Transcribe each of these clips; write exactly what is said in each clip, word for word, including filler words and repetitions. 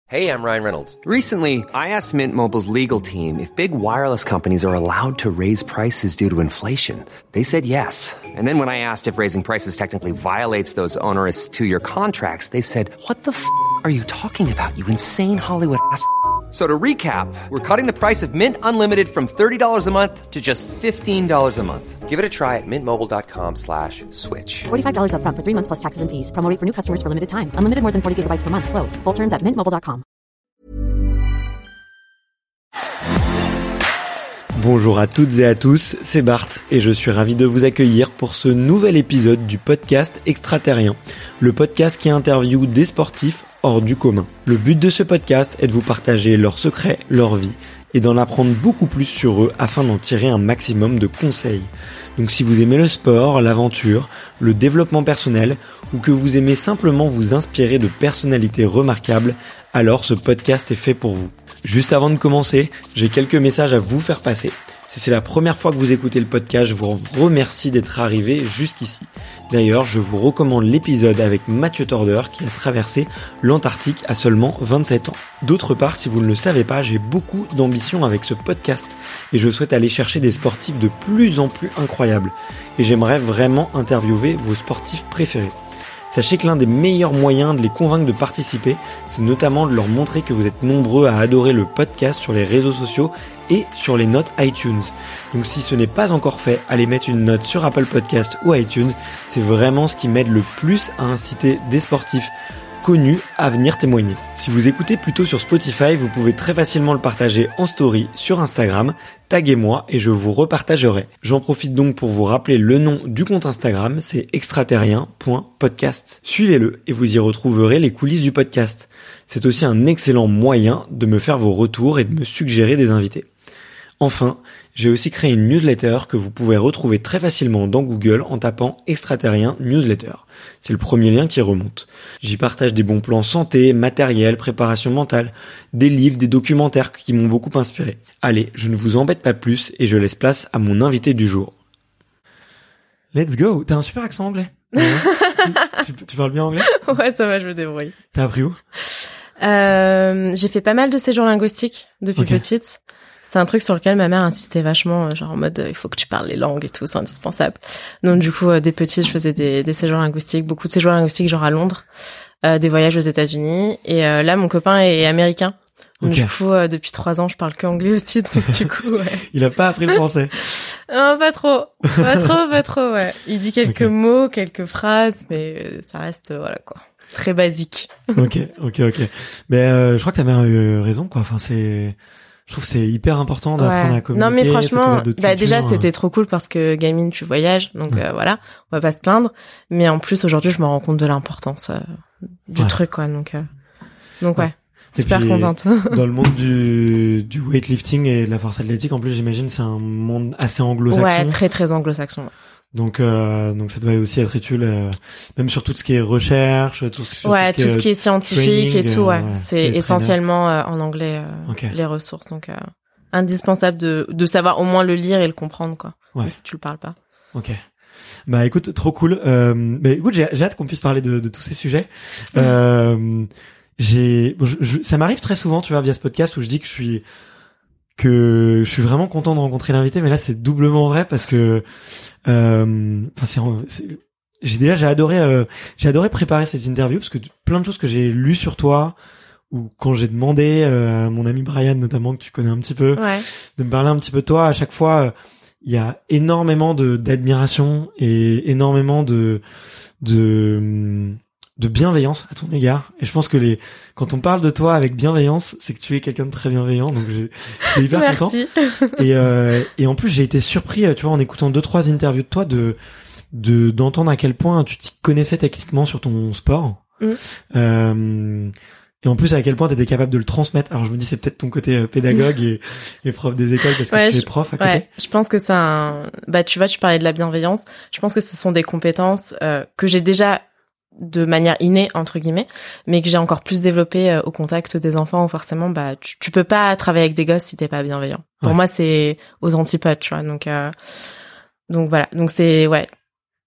Hey, I'm Ryan Reynolds. Recently, I asked Mint Mobile's legal team if big wireless companies are allowed to raise prices due to inflation. They said yes. And then when I asked if raising prices technically violates those onerous two-year contracts, they said, what the f*** are you talking about, you insane Hollywood ass f- So to recap, we're cutting the price of Mint Unlimited from thirty dollars a month to just fifteen dollars a month. Give it a try at mintmobile.com slash switch. forty-five dollars up front for three months plus taxes and fees. Promo rate for new customers for limited time. Unlimited more than forty gigabytes per month. Slows full terms at mint mobile dot com. Bonjour à toutes et à tous, c'est Bart et je suis ravi de vous accueillir pour ce nouvel épisode du podcast Extraterrien, le podcast qui interviewe des sportifs hors du commun. Le but de ce podcast est de vous partager leurs secrets, leur vie et d'en apprendre beaucoup plus sur eux afin d'en tirer un maximum de conseils. Donc si vous aimez le sport, l'aventure, le développement personnel ou que vous aimez simplement vous inspirer de personnalités remarquables, alors ce podcast est fait pour vous. Juste avant de commencer, j'ai quelques messages à vous faire passer. Si c'est la première fois que vous écoutez le podcast, je vous remercie d'être arrivé jusqu'ici. D'ailleurs, je vous recommande l'épisode avec Mathieu Torder qui a traversé l'Antarctique à seulement vingt-sept ans. D'autre part, si vous ne le savez pas, j'ai beaucoup d'ambition avec ce podcast et je souhaite aller chercher des sportifs de plus en plus incroyables. Et j'aimerais vraiment interviewer vos sportifs préférés. Sachez que l'un des meilleurs moyens de les convaincre de participer, c'est notamment de leur montrer que vous êtes nombreux à adorer le podcast sur les réseaux sociaux et sur les notes iTunes. Donc si ce n'est pas encore fait, allez mettre une note sur Apple Podcast ou iTunes, c'est vraiment ce qui m'aide le plus à inciter des sportifs connus à venir témoigner. Si vous écoutez plutôt sur Spotify, vous pouvez très facilement le partager en story sur Instagram, taguez-moi et je vous repartagerai. J'en profite donc pour vous rappeler le nom du compte Instagram, c'est extraterrien point podcast. Suivez-le et vous y retrouverez les coulisses du podcast. C'est aussi un excellent moyen de me faire vos retours et de me suggérer des invités. Enfin, j'ai aussi créé une newsletter que vous pouvez retrouver très facilement dans Google en tapant Extraterrien Newsletter. C'est le premier lien qui remonte. J'y partage des bons plans santé, matériel, préparation mentale, des livres, des documentaires qui m'ont beaucoup inspiré. Allez, je ne vous embête pas plus et je laisse place à mon invité du jour. Let's go. T'as un super accent anglais. Ouais. tu, tu, tu parles bien anglais ? Ouais, ça va, je me débrouille. T'as appris où ? euh, J'ai fait pas mal de séjours linguistiques depuis okay. petite. C'est un truc sur lequel ma mère insistait vachement, genre en mode il faut que tu parles les langues et tout, c'est indispensable. Donc du coup, euh, dès petite, je faisais des, des séjours linguistiques, beaucoup de séjours linguistiques genre à Londres, euh, des voyages aux États-Unis. Et euh, là, mon copain est américain. Donc okay. Du coup, euh, depuis trois ans, je parle que anglais aussi. Donc du coup, ouais. Il a pas appris le français. Non, pas trop, pas trop, pas trop. Ouais. Il dit quelques okay. mots, quelques phrases, mais ça reste euh, voilà quoi, très basique. Ok, ok, ok. Mais euh, je crois que ta mère a eu raison, quoi. Enfin, c'est Je trouve que c'est hyper important d'apprendre ouais. à communiquer. Non mais franchement, bah déjà euh... c'était trop cool parce que gamine tu voyages, donc ouais. euh, voilà, on va pas se plaindre. Mais en plus aujourd'hui je me rends compte de l'importance euh, du ouais. truc quoi, donc euh... donc ouais, ouais. super puis, contente. Dans le monde du du weightlifting et de la force athlétique, en plus j'imagine c'est un monde assez anglo-saxon. Ouais, très très anglo-saxon. Ouais. Donc, euh, donc ça doit aussi être utile, euh, même sur tout ce qui est recherche, tout ce, ouais, tout ce qui, tout ce qui est, est scientifique training, et tout, ouais. Euh, c'est essentiellement euh, en anglais euh, okay. les ressources, donc euh, indispensable de de savoir au moins le lire et le comprendre, quoi. Ouais. Même si tu le parles pas. Ok. Bah écoute, trop cool. Euh, mais écoute, j'ai, j'ai hâte qu'on puisse parler de, de tous ces sujets. euh, j'ai, bon, je, je, ça m'arrive très souvent, tu vois, via ce podcast où je dis que je suis que je suis vraiment content de rencontrer l'invité, mais là c'est doublement vrai parce que euh, enfin c'est, c'est j'ai déjà j'ai adoré euh, j'ai adoré préparer cette interview parce que plein de choses que j'ai lues sur toi ou quand j'ai demandé euh, à mon ami Brian notamment que tu connais un petit peu ouais. de me parler un petit peu de toi, à chaque fois il euh, y a énormément de d'admiration et énormément de de de bienveillance à ton égard, et je pense que les quand on parle de toi avec bienveillance, c'est que tu es quelqu'un de très bienveillant, donc j'ai, je suis hyper Merci. content. Et euh, et en plus j'ai été surpris, tu vois, en écoutant deux trois interviews de toi, de de d'entendre à quel point tu t'y connaissais techniquement sur ton sport. Mm. Euh, et en plus à quel point tu étais capable de le transmettre. Alors je me dis c'est peut-être ton côté pédagogue et, et prof des écoles parce que ouais, tu es je, prof à côté. Ouais, je pense que c'est un bah tu vois, tu parlais de la bienveillance. Je pense que ce sont des compétences euh, que j'ai déjà de manière innée entre guillemets, mais que j'ai encore plus développé euh, au contact des enfants où forcément bah tu, tu peux pas travailler avec des gosses si t'es pas bienveillant. Pour ouais. moi c'est aux antipodes, tu vois. Donc euh, donc voilà, donc c'est ouais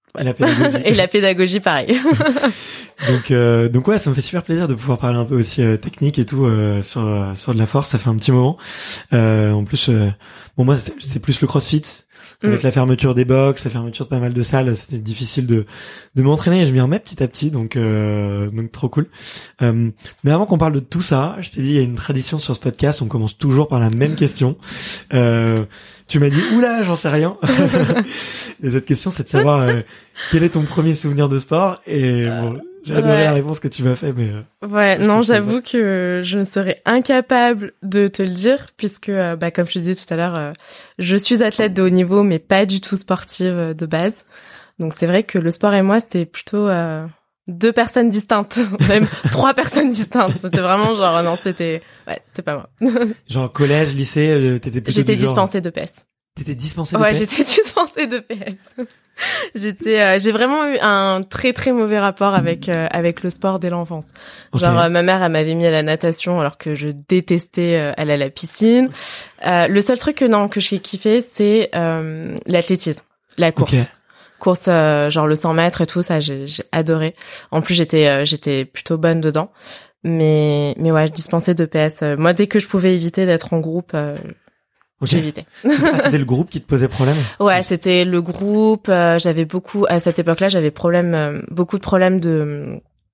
Et la pédagogie. Et la pédagogie, pareil. donc, euh, donc ouais, ça me fait super plaisir de pouvoir parler un peu aussi euh, technique et tout euh, sur euh, sur de la force. Ça fait un petit moment. Euh, en plus, euh, bon moi c'est, c'est plus le CrossFit. Avec mm. la fermeture des box, la fermeture de pas mal de salles, c'était difficile de de m'entraîner et je m'y remets petit à petit, donc euh, donc trop cool. Euh, mais avant qu'on parle de tout ça, je t'ai dit il y a une tradition sur ce podcast, on commence toujours par la même question. Euh, tu m'as dit oula, j'en sais rien. Et cette question, c'est de savoir euh, quel est ton premier souvenir de sport et bon. J'ai adoré ouais. la réponse que tu m'as fait, mais... Euh, ouais, non, j'avoue que je ne serais incapable de te le dire, puisque, euh, bah, comme je te disais tout à l'heure, euh, je suis athlète de haut niveau, mais pas du tout sportive euh, de base. Donc c'est vrai que le sport et moi, c'était plutôt euh, deux personnes distinctes, même trois personnes distinctes. C'était vraiment genre, non, c'était... Ouais, c'était pas moi. Genre collège, lycée, euh, t'étais plutôt J'étais du genre... dispensée de P S. T'étais dispensée de ouais, P S? Ouais, j'étais dispensée de P S. J'étais, euh, j'ai vraiment eu un très très mauvais rapport avec euh, avec le sport dès l'enfance. Okay. Genre euh, ma mère, elle m'avait mis à la natation alors que je détestais euh, aller à la piscine. Euh, le seul truc que non que j'ai kiffé, c'est euh, l'athlétisme, la course. Okay. Course euh, genre le cent mètres et tout ça, j'ai, j'ai adoré. En plus j'étais euh, j'étais plutôt bonne dedans. Mais mais ouais, je dispensais de P S. Moi dès que je pouvais éviter d'être en groupe. Euh, Okay. J'évitais. Ah, c'était le groupe qui te posait problème? Ouais, c'était le groupe. Euh, j'avais beaucoup à cette époque-là, j'avais problème, euh, beaucoup de problèmes de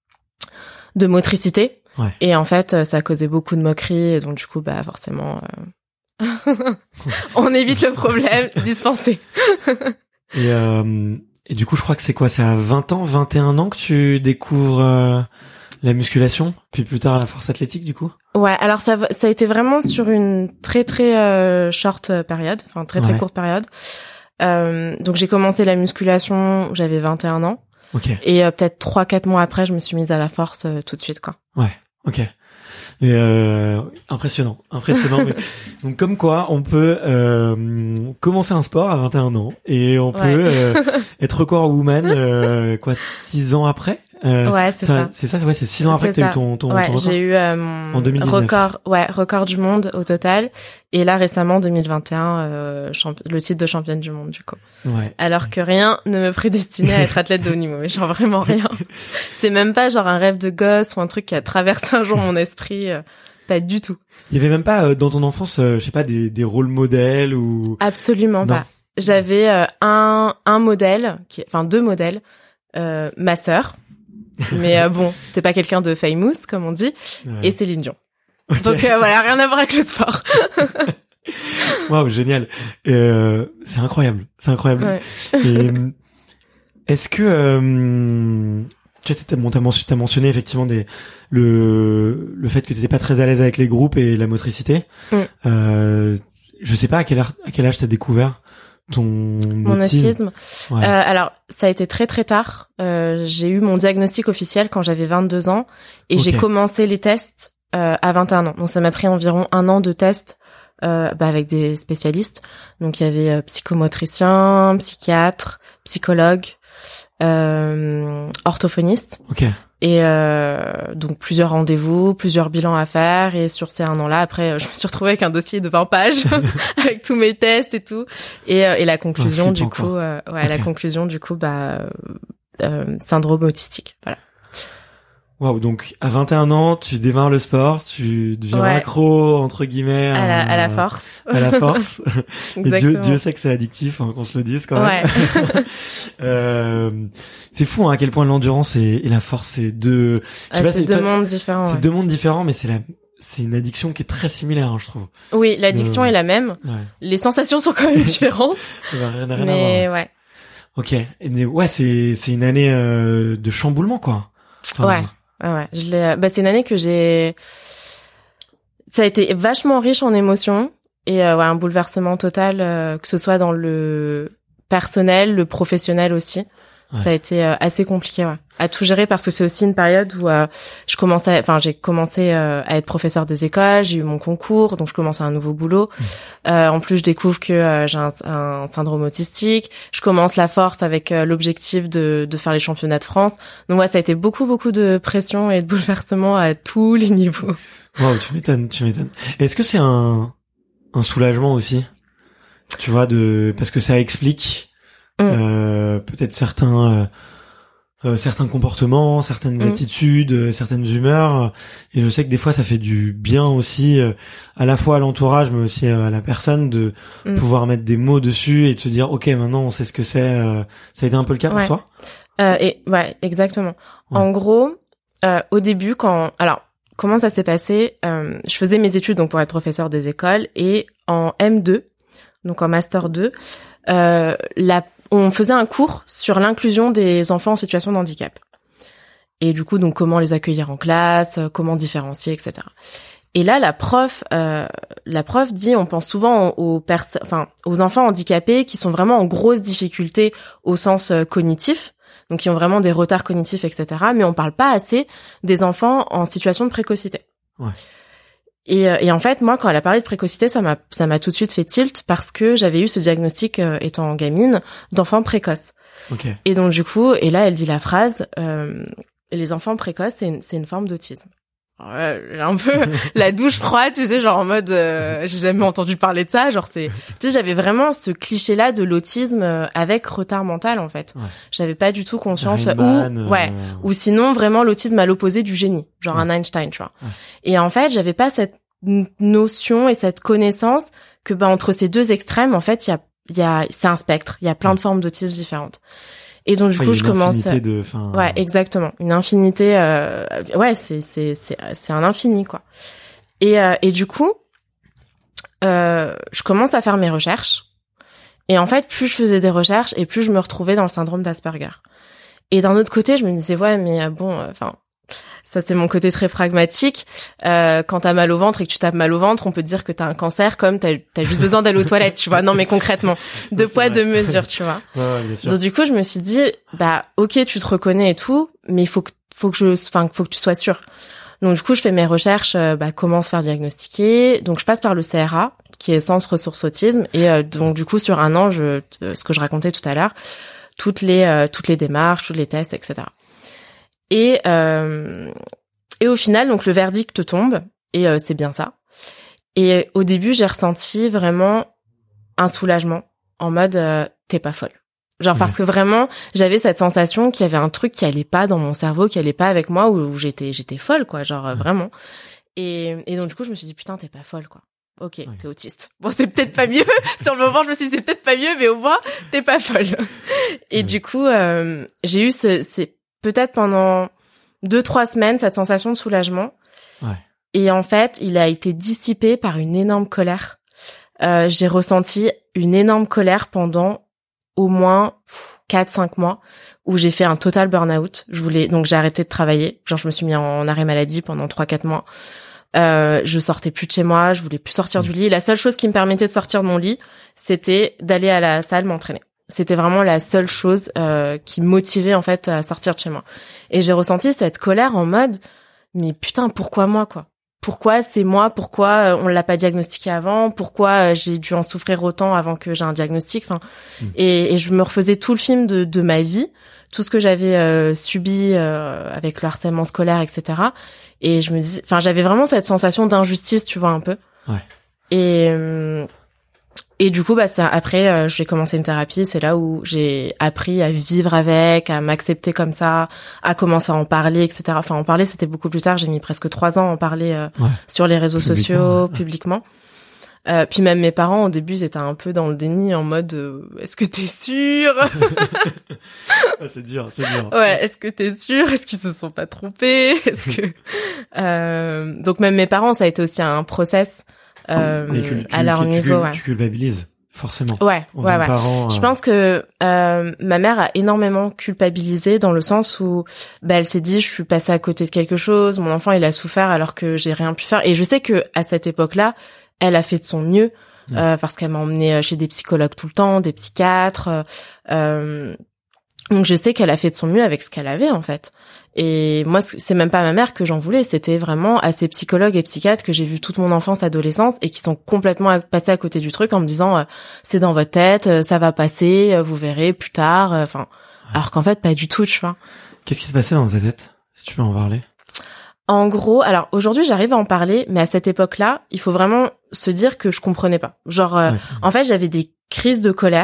de motricité. Ouais. Et en fait, ça causait beaucoup de moqueries. Et donc du coup, bah forcément, euh... on évite le problème, dispenser. et euh, et du coup, je crois que c'est quoi? C'est à vingt ans, vingt et un ans que tu découvres euh, la musculation, puis plus tard la force athlétique, du coup? Ouais, alors ça ça a été vraiment sur une très très euh, short période, enfin très très ouais. courte période. Euh, donc j'ai commencé la musculation, j'avais vingt et un ans. OK. Et euh, peut-être trois quatre mois après, je me suis mise à la force euh, tout de suite quoi. Ouais. OK. Mais euh, impressionnant, impressionnant. mais, donc comme quoi, on peut euh, commencer un sport à vingt et un ans et on ouais. peut euh, être record woman euh, quoi six ans après. Euh, ouais, c'est ça, ça. C'est ça, ouais, c'est six ans après c'est que t'as eu ton, ton, ouais, ton record. J'ai eu euh, mon en deux mille dix-neuf. record, ouais, record du monde au total. Et là, récemment, deux mille vingt et un, euh, champ- le titre de championne du monde, du coup. Ouais. Alors que rien ne me prédestinait à être athlète de haut niveau, mais genre vraiment rien. C'est même pas genre un rêve de gosse ou un truc qui a traversé un jour mon esprit. Euh, pas du tout. Il y avait même pas euh, dans ton enfance, euh, je sais pas, des, des rôles modèles ou. Absolument non. pas. J'avais euh, un, un modèle, qui, enfin deux modèles, euh, ma sœur. Mais euh, bon, c'était pas quelqu'un de famous, comme on dit, ouais. et Céline Dion. Okay. Donc euh, voilà, rien à voir avec le sport. Waouh, génial. Euh, c'est incroyable, c'est incroyable. Ouais. Et est-ce que euh, tu as bon, t'as mentionné, t'as mentionné effectivement des le le fait que t'étais pas très à l'aise avec les groupes et la motricité. Mm. Euh, je sais pas à quel âge, à quel âge t'as découvert ton mon autisme. Ouais. Euh, alors ça a été très très tard. Euh, j'ai eu mon diagnostic officiel quand j'avais vingt-deux ans et okay. j'ai commencé les tests euh, à vingt et un ans. Donc ça m'a pris environ un an de tests euh, bah, avec des spécialistes. Donc il y avait euh, psychomotricien, psychiatre, psychologue, euh, orthophoniste. Ok. Et euh, donc plusieurs rendez-vous, plusieurs bilans à faire, et sur ces un an-là, après, je me suis retrouvée avec un dossier de vingt pages avec tous mes tests et tout, et, euh, et la conclusion oh, du coup, euh, ouais, okay. la conclusion du coup, bah, euh, syndrome autistique, voilà. Waouh, donc à vingt et un ans, tu démarres le sport, tu deviens ouais. accro entre guillemets à la, à la force. À la force. Et Dieu, Dieu sait que c'est addictif, hein, qu'on se le dise quand même. Ouais. euh, c'est fou hein, à quel point l'endurance et, et la force c'est deux. Je sais pas, c'est, c'est deux toi, mondes différents. C'est ouais. deux mondes différents, mais c'est la, c'est une addiction qui est très similaire, hein, je trouve. Oui, l'addiction euh, est la même. Ouais. Les sensations sont quand même différentes. Ça n'a rien, rien mais à voir. ouais. Ok. Et, ouais, c'est c'est une année euh, de chamboulement quoi. Enfin, ouais. Ah ouais, je l'ai. Bah c'est une année que j'ai. Ça a été vachement riche en émotions et euh, ouais, un bouleversement total, euh, que ce soit dans le personnel, le professionnel aussi. Ouais. Ça a été euh, assez compliqué, ouais, à tout gérer parce que c'est aussi une période où euh, je commençais, enfin j'ai commencé euh, à être professeur des écoles, j'ai eu mon concours, donc je commence un nouveau boulot. Mmh. Euh, en plus, je découvre que euh, j'ai un, un syndrome autistique. Je commence la force avec euh, l'objectif de, de faire les championnats de France. Donc ouais, ça a été beaucoup beaucoup de pression et de bouleversement à tous les niveaux. Wow, tu m'étonnes, tu m'étonnes. Est-ce que c'est un un soulagement aussi, tu vois, de parce que ça explique Mmh. euh, peut-être certains euh, euh, certains comportements, certaines mmh. attitudes, euh, certaines humeurs. Et je sais que des fois, ça fait du bien aussi, euh, à la fois à l'entourage, mais aussi euh, à la personne, de mmh. pouvoir mettre des mots dessus et de se dire, ok, maintenant on sait ce que c'est. Euh, ça a été un peu le cas ouais. pour toi? euh, et ouais, exactement. Ouais. En gros, euh, au début, quand alors comment ça s'est passé, euh, je faisais mes études donc pour être professeur des écoles, et en M deux, donc en master deux, euh, la on faisait un cours sur l'inclusion des enfants en situation de handicap. Et du coup, donc comment les accueillir en classe, comment différencier, et cetera. Et là, la prof, euh, la prof dit, on pense souvent aux pers- enfin aux enfants handicapés qui sont vraiment en grosse difficulté au sens euh, cognitif, donc qui ont vraiment des retards cognitifs, et cetera. Mais on parle pas assez des enfants en situation de précocité. Ouais. Et, et en fait, moi, quand elle a parlé de précocité, ça m'a, ça m'a tout de suite fait tilt parce que j'avais eu ce diagnostic euh, étant gamine d'enfant précoce. Okay. Et donc du coup, et là, elle dit la phrase euh, les enfants précoces, c'est une, c'est une forme d'autisme. Alors, euh, un peu la douche froide, tu sais, genre en mode, euh, j'ai jamais entendu parler de ça. Genre c'est, tu sais, j'avais vraiment ce cliché-là de l'autisme euh, avec retard mental en fait. Ouais. J'avais pas du tout conscience Rainman, ou ouais, euh... ou sinon vraiment l'autisme à l'opposé du génie, genre ouais. un Einstein, tu vois. Ouais. Et en fait, j'avais pas cette notion et cette connaissance que bah entre ces deux extrêmes, en fait, il y a, il y a, c'est un spectre. Il y a plein ouais. de formes d'autisme différentes. Et donc du enfin, coup, je commence. De, fin... Ouais, exactement. Une infinité. Euh... Ouais, c'est c'est c'est c'est un infini quoi. Et euh, et du coup, euh, je commence à faire mes recherches. Et en fait, plus je faisais des recherches, et plus je me retrouvais dans le syndrome d'Asperger. Et d'un autre côté, je me disais ouais, mais bon, enfin. Euh, ça, c'est mon côté très pragmatique. Euh, quand t'as mal au ventre et que tu tapes mal au ventre, on peut te dire que t'as un cancer, comme t'as, t'as juste besoin d'aller aux toilettes, tu vois. Non, mais concrètement, deux poids, deux mesures, tu vois. Ouais, ouais, bien sûr. Donc du coup, je me suis dit, bah, ok, tu te reconnais et tout, mais il faut que, faut que je, enfin, faut que tu sois sûr. Donc du coup, je fais mes recherches, euh, bah, comment se faire diagnostiquer. Donc je passe par le C R A, qui est Centre Ressources Autisme, et euh, donc du coup, sur un an, je, euh, ce que je racontais tout à l'heure, toutes les, euh, toutes les démarches, tous les tests, et cetera. Et euh, et au final, donc le verdict tombe, et euh, c'est bien ça. Et au début, j'ai ressenti vraiment un soulagement, en mode euh, t'es pas folle. Genre ouais. parce que vraiment, j'avais cette sensation qu'il y avait un truc qui allait pas dans mon cerveau, qui allait pas avec moi, où, où j'étais j'étais folle quoi, genre ouais. vraiment. Et et donc du coup, je me suis dit putain, t'es pas folle quoi. Ok, ouais. t'es autiste. Bon, c'est peut-être pas mieux. Sur le moment, je me suis dit c'est peut-être pas mieux, mais au moins t'es pas folle. Et ouais. du coup, euh, j'ai eu ce c'est peut-être pendant deux, trois semaines, cette sensation de soulagement. Ouais. Et en fait, il a été dissipé par une énorme colère. Euh, j'ai ressenti une énorme colère pendant au moins quatre, cinq mois où j'ai fait un total burn-out. Je voulais, donc j'ai arrêté de travailler. Genre, je me suis mis en arrêt maladie pendant trois, quatre mois. Euh, je sortais plus de chez moi, je voulais plus sortir du lit. La seule chose qui me permettait de sortir de mon lit, c'était d'aller à la salle m'entraîner. C'était vraiment la seule chose euh, qui me motivait en fait à sortir de chez moi. Et j'ai ressenti cette colère en mode mais putain, pourquoi moi quoi ? Pourquoi c'est moi ? Pourquoi on l'a pas diagnostiqué avant ? Pourquoi j'ai dû en souffrir autant avant que j'ai un diagnostic ? Enfin, mmh. et, et je me refaisais tout le film de, de ma vie, tout ce que j'avais euh, subi euh, avec le harcèlement scolaire, et cetera. Et je me dis, enfin, j'avais vraiment cette sensation d'injustice, tu vois un peu. Ouais. Et euh, Et du coup, bah, ça, après, euh, j'ai commencé une thérapie. C'est là où j'ai appris à vivre avec, à m'accepter comme ça, à commencer à en parler, et cetera. Enfin, en parler, c'était beaucoup plus tard. J'ai mis presque trois ans à en parler euh, ouais. sur les réseaux publiquement, sociaux, ouais. publiquement. Euh, puis même mes parents, au début, ils étaient un peu dans le déni, en mode euh, « Est-ce que t'es sûre ?» ah, c'est dur, c'est dur. Ouais, est-ce que t'es sûre ? Est-ce qu'ils se sont pas trompés ? Est-ce que euh... Donc même mes parents, ça a été aussi un process. Euh, tu, tu, à leur tu, niveau, tu, ouais. Tu culpabilises, forcément. Ouais, ouais, ouais. Parents, Je euh... pense que euh, ma mère a énormément culpabilisé dans le sens où bah, elle s'est dit je suis passée à côté de quelque chose, mon enfant il a souffert alors que j'ai rien pu faire. Et je sais que à cette époque-là, elle a fait de son mieux mmh. euh, parce qu'elle m'a emmenée chez des psychologues tout le temps, des psychiatres. Euh, donc je sais qu'elle a fait de son mieux avec ce qu'elle avait en fait. Et moi, c'est même pas ma mère que j'en voulais, c'était vraiment à ces psychologues et psychiatres que j'ai vu toute mon enfance, adolescence, et qui sont complètement passés à côté du truc en me disant euh, c'est dans votre tête, euh, ça va passer, euh, vous verrez plus tard. Enfin, euh, ouais. alors qu'en fait pas du tout, tu vois. Qu'est-ce qui se passait dans ta tête, si tu peux en parler? En gros, alors aujourd'hui j'arrive à en parler, mais à cette époque-là, il faut vraiment se dire que je comprenais pas. Genre, euh, ouais, en fait, j'avais des crises de colère.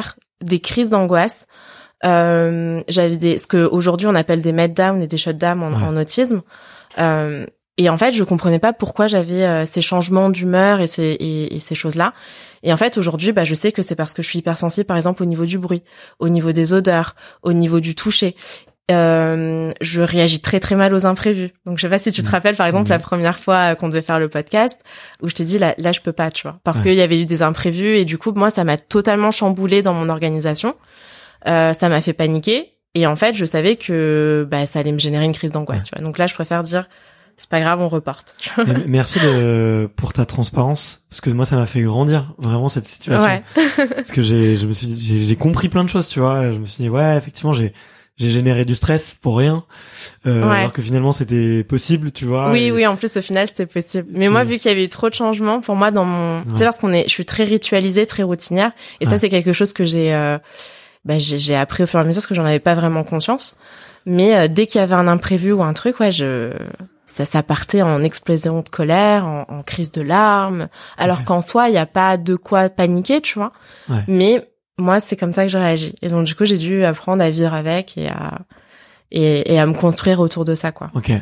des crises d'angoisse. Euh, j'avais des, ce que aujourd'hui on appelle des meltdowns et des shutdowns en, ouais. en autisme. Euh, et en fait, je comprenais pas pourquoi j'avais euh, ces changements d'humeur et ces et, et ces choses-là. Et en fait, aujourd'hui, bah, je sais que c'est parce que je suis hypersensible, par exemple, au niveau du bruit, au niveau des odeurs, au niveau du toucher. Euh, je réagis très très mal aux imprévus. Donc je sais pas si tu te rappelles par exemple mmh. la première fois qu'on devait faire le podcast où je t'ai dit là là je peux pas, tu vois, parce ouais. qu'il y avait eu des imprévus et du coup moi ça m'a totalement chamboulé dans mon organisation. Euh, ça m'a fait paniquer et en fait je savais que bah ça allait me générer une crise d'angoisse, ouais. tu vois. Donc là je préfère dire c'est pas grave, on reporte. Merci de, pour ta transparence, parce que moi ça m'a fait grandir vraiment cette situation. Ouais. Parce que j'ai je me suis j'ai, j'ai compris plein de choses, tu vois. Je me suis dit ouais effectivement j'ai j'ai généré du stress pour rien, euh, ouais. alors que finalement c'était possible, tu vois. Oui, et... oui, en plus au final c'était possible. Mais tu... moi, vu qu'il y avait eu trop de changements, pour moi dans mon, ouais. tu sais parce qu'on est, je suis très ritualisée, très routinière, et ouais. ça c'est quelque chose que j'ai, euh, bah j'ai, j'ai appris au fur et à mesure parce que j'en avais pas vraiment conscience. Mais euh, dès qu'il y avait un imprévu ou un truc, ouais, je, ça, ça partait en explosion de colère, en, en crise de larmes, alors okay. qu'en soi il y a pas de quoi paniquer, tu vois. Ouais. Mais moi, c'est comme ça que je réagis. Et donc, du coup, j'ai dû apprendre à vivre avec et à, et, et à me construire autour de ça, quoi. Ok.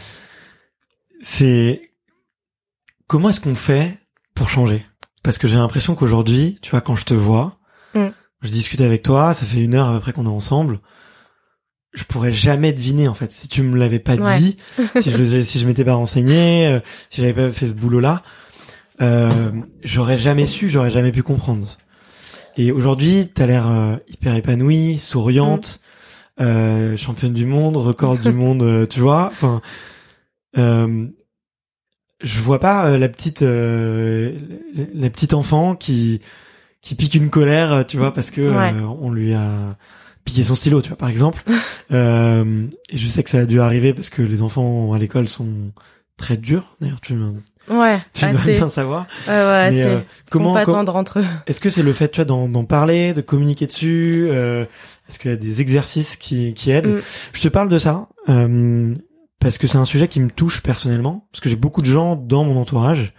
C'est, comment est-ce qu'on fait pour changer? Parce que j'ai l'impression qu'aujourd'hui, tu vois, quand je te vois, mm. je discute avec toi, ça fait une heure à peu près qu'on est ensemble, je pourrais jamais deviner, en fait, si tu me l'avais pas ouais. dit, si je, si je m'étais pas renseigné, euh, si j'avais pas fait ce boulot-là, euh, j'aurais jamais su, j'aurais jamais pu comprendre. Et aujourd'hui, t'as l'air euh, hyper épanouie, souriante, mmh. euh, championne du monde, record du monde, euh, tu vois. Enfin, euh, je vois pas euh, la petite, euh, la petite enfant qui qui pique une colère, tu vois, parce que ouais. euh, on lui a piqué son stylo, tu vois, par exemple. euh, et je sais que ça a dû arriver parce que les enfants à l'école sont très durs. D'ailleurs, tu Ouais, tu ah, dois c'est... bien savoir. Ouais, ouais, mais, c'est... euh, comment, sont pas com- tendres entre eux. Est-ce que c'est le fait, tu vois, d'en, d'en parler, de communiquer dessus, euh, est-ce qu'il y a des exercices qui, qui aident? Mm. Je te parle de ça, euh, parce que c'est un sujet qui me touche personnellement, parce que j'ai beaucoup de gens dans mon entourage,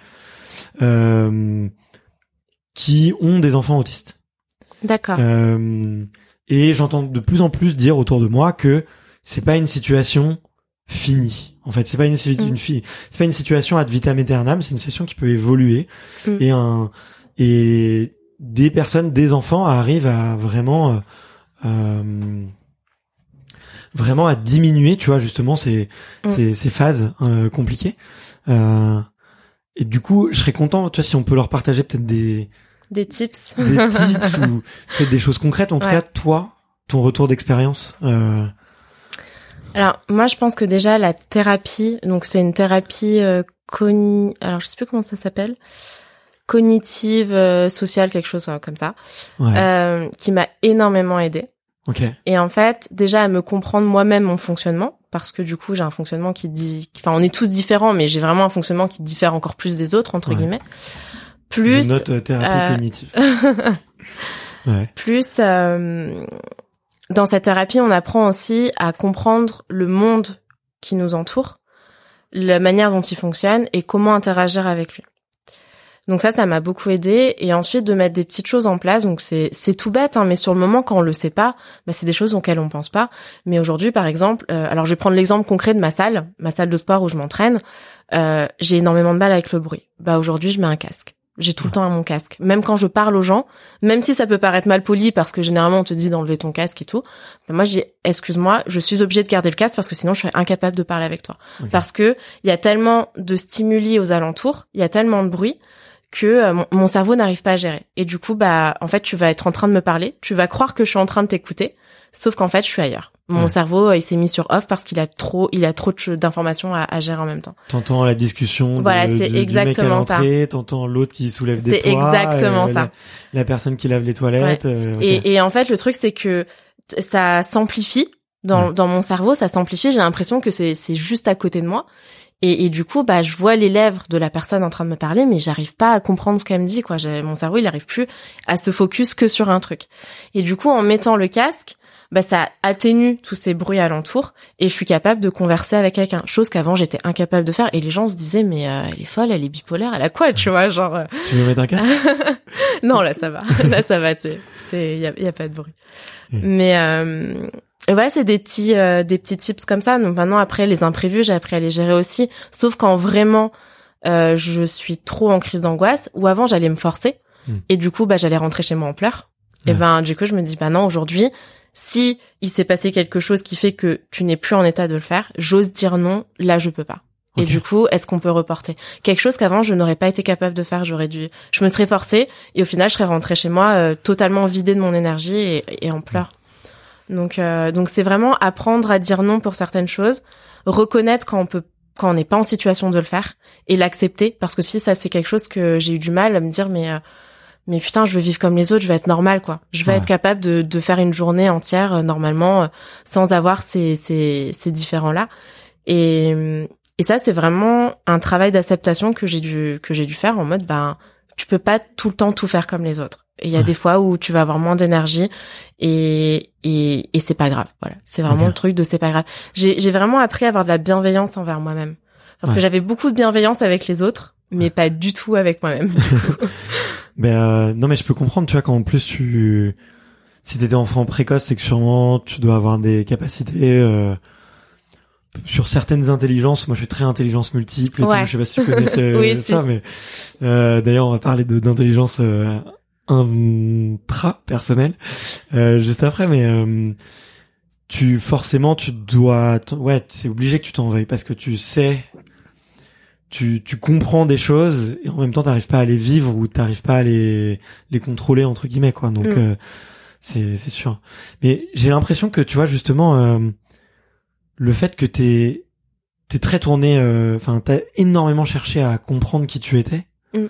euh, qui ont des enfants autistes. D'accord. Euh, et j'entends de plus en plus dire autour de moi que c'est pas une situation finie. En fait, c'est pas une, une fille, c'est pas une situation ad vitam aeternam, c'est une situation qui peut évoluer mm. et un et des personnes, des enfants arrivent à vraiment euh, euh, vraiment à diminuer, tu vois, justement ces mm. ces, ces phases euh, compliquées. Euh, et du coup, je serais content, tu vois, si on peut leur partager peut-être des des tips, des tips ou peut-être des choses concrètes. En ouais. tout cas, toi, ton retour d'expérience. Euh, Alors moi je pense que déjà la thérapie, donc c'est une thérapie euh, cogni... alors je sais plus comment ça s'appelle, cognitive, euh, sociale, quelque chose euh, comme ça, ouais. euh, qui m'a énormément aidée. Okay. Et en fait déjà à me comprendre moi-même mon fonctionnement, parce que du coup j'ai un fonctionnement qui dit, enfin on est tous différents, mais j'ai vraiment un fonctionnement qui diffère encore plus des autres entre ouais. guillemets. Plus je note euh, thérapie euh... cognitive. ouais. Plus euh... dans cette thérapie, on apprend aussi à comprendre le monde qui nous entoure, la manière dont il fonctionne et comment interagir avec lui. Donc ça, ça m'a beaucoup aidé. Et ensuite, de mettre des petites choses en place. Donc c'est c'est tout bête, hein, mais sur le moment, quand on le sait pas, bah c'est des choses auxquelles on pense pas. Mais aujourd'hui, par exemple, euh, alors je vais prendre l'exemple concret de ma salle, ma salle de sport où je m'entraîne. Euh, j'ai énormément de mal avec le bruit. Bah aujourd'hui, je mets un casque. J'ai tout le temps à mon casque. Même quand je parle aux gens, même si ça peut paraître mal poli parce que généralement on te dit d'enlever ton casque et tout, ben moi je dis excuse-moi, je suis obligée de garder le casque parce que sinon je suis incapable de parler avec toi. Okay. Parce que il y a tellement de stimuli aux alentours, il y a tellement de bruit que euh, mon, mon cerveau n'arrive pas à gérer. Et du coup, bah en fait, tu vas être en train de me parler, tu vas croire que je suis en train de t'écouter, sauf qu'en fait, je suis ailleurs. Mon ouais. cerveau, il s'est mis sur off parce qu'il a trop, il a trop de, d'informations à, à gérer en même temps. T'entends la discussion de, voilà, c'est de, exactement du mec à l'entrée, t'entends l'autre qui soulève des c'est poids. C'est exactement euh, ça. La, la personne qui lave les toilettes. Ouais. Euh, okay. et, et en fait, le truc, c'est que t- ça s'amplifie dans, ouais. dans mon cerveau, ça s'amplifie. J'ai l'impression que c'est, c'est juste à côté de moi. Et, et du coup, bah, je vois les lèvres de la personne en train de me parler, mais j'arrive pas à comprendre ce qu'elle me dit, quoi. J'ai, mon cerveau, il arrive plus à se focus que sur un truc. Et du coup, en mettant le casque, bah ça atténue tous ces bruits alentours et je suis capable de converser avec quelqu'un, chose qu'avant j'étais incapable de faire et les gens se disaient mais euh, elle est folle, elle est bipolaire, elle a quoi, tu vois, genre euh... Tu veux mettre un casque? Non, là ça va. Là ça va, c'est c'est il y a, y a pas de bruit. Mmh. Mais euh et voilà, c'est des petits euh, des petits tips comme ça. Donc maintenant après les imprévus, j'ai appris à les gérer aussi, sauf quand vraiment euh, je suis trop en crise d'angoisse ou avant j'allais me forcer mmh. et du coup bah j'allais rentrer chez moi en pleurs. Ouais. Et ben du coup je me dis bah non, aujourd'hui si il s'est passé quelque chose qui fait que tu n'es plus en état de le faire, j'ose dire non, là je peux pas. Okay. Et du coup, est-ce qu'on peut reporter quelque chose qu'avant je n'aurais pas été capable de faire, j'aurais dû je me serais forcée et au final je serais rentrée chez moi euh, totalement vidée de mon énergie et, et en pleurs. Donc euh, donc c'est vraiment apprendre à dire non pour certaines choses, reconnaître quand on peut quand on n'est pas en situation de le faire et l'accepter, parce que si ça c'est quelque chose que j'ai eu du mal à me dire mais euh, mais putain, je veux vivre comme les autres, je vais être normale, quoi. Je vais ouais. être capable de, de faire une journée entière, euh, normalement, euh, sans avoir ces, ces, ces différents-là. Et, et ça, c'est vraiment un travail d'acceptation que j'ai dû, que j'ai dû faire en mode, ben, tu peux pas tout le temps tout faire comme les autres. Et il y a ouais. des fois où tu vas avoir moins d'énergie et, et, et c'est pas grave. Voilà. C'est vraiment okay. le truc de c'est pas grave. J'ai, j'ai vraiment appris à avoir de la bienveillance envers moi-même. Parce ouais. que j'avais beaucoup de bienveillance avec les autres, mais ouais. pas du tout avec moi-même. Ben euh, non mais je peux comprendre, tu vois, quand en plus tu si t'étais enfant précoce, c'est que sûrement tu dois avoir des capacités euh, sur certaines intelligences. Moi je suis très intelligence multiple et ouais. tout, je sais pas si tu connais ce, oui, ça si. mais euh, d'ailleurs on va parler de d'intelligence euh, intra-personnelle euh, juste après, mais euh, tu forcément tu dois ouais, c'est obligé que tu t'en veuilles parce que tu sais tu tu comprends des choses et en même temps t'arrives pas à les vivre ou t'arrives pas à les les contrôler entre guillemets, quoi. Donc mm. euh, c'est c'est sûr. Mais j'ai l'impression que tu vois justement euh, le fait que t'es t'es très tourné, enfin euh, t'as énormément cherché à comprendre qui tu étais. Mm.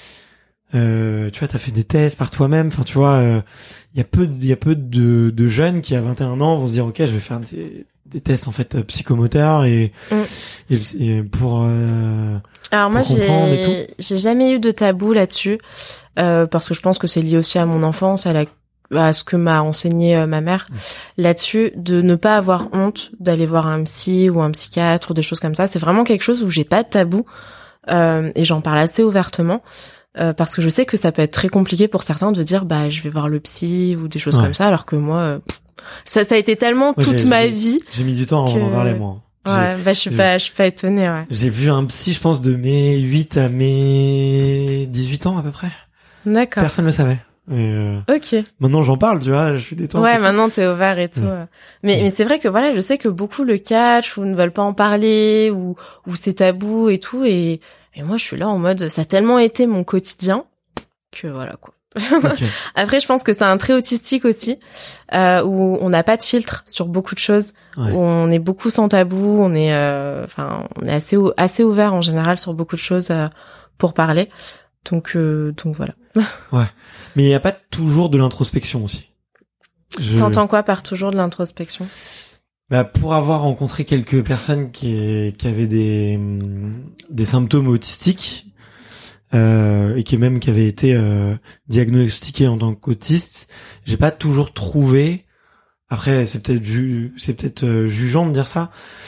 Euh, tu vois, t'as fait des tests par toi-même. Enfin, tu vois, il euh, y a peu il y a peu de de jeunes qui à vingt et un ans vont se dire ok, je vais faire des des tests en fait psychomoteurs et, mm. et, et pour euh, alors moi pour j'ai j'ai jamais eu de tabou là-dessus euh, parce que je pense que c'est lié aussi à mon enfance, à la à ce que m'a enseigné euh, ma mère mm. là-dessus, de ne pas avoir honte d'aller voir un psy ou un psychiatre ou des choses comme ça. C'est vraiment quelque chose où j'ai pas de tabou euh, et j'en parle assez ouvertement. Euh, parce que je sais que ça peut être très compliqué pour certains de dire bah je vais voir le psy ou des choses ouais. comme ça, alors que moi euh, pff, ça ça a été tellement ouais, toute j'ai, ma j'ai, vie. J'ai mis du temps avant que... d'en parler moi. Ouais, j'ai, bah je suis pas je suis pas étonnée, ouais. J'ai vu un psy, je pense de mes huit à mes dix-huit ans à peu près. D'accord. Personne ne le savait. Et euh, OK. Maintenant j'en parle, tu vois, je suis détente. Ouais, maintenant t'es ouvert et tout. Ouais. Mais ouais. mais c'est vrai que voilà, je sais que beaucoup le cachent ou ne veulent pas en parler ou ou c'est tabou et tout et et moi je suis là en mode ça a tellement été mon quotidien que voilà quoi. Okay. Après je pense que c'est un trait autistique aussi euh, où on n'a pas de filtre sur beaucoup de choses, ouais. où on est beaucoup sans tabou, on est enfin euh, on est assez assez ouvert en général sur beaucoup de choses euh, pour parler. Donc euh, donc voilà. Ouais. Mais il y a pas toujours de l'introspection aussi. Je... T'entends quoi par toujours de l'introspection? Bah pour avoir rencontré quelques personnes qui qui avaient des des symptômes autistiques euh et qui même qui avaient été euh, diagnostiqués en tant qu'autistes, j'ai pas toujours trouvé, après c'est peut-être ju... c'est peut-être euh, jugeant de dire ça,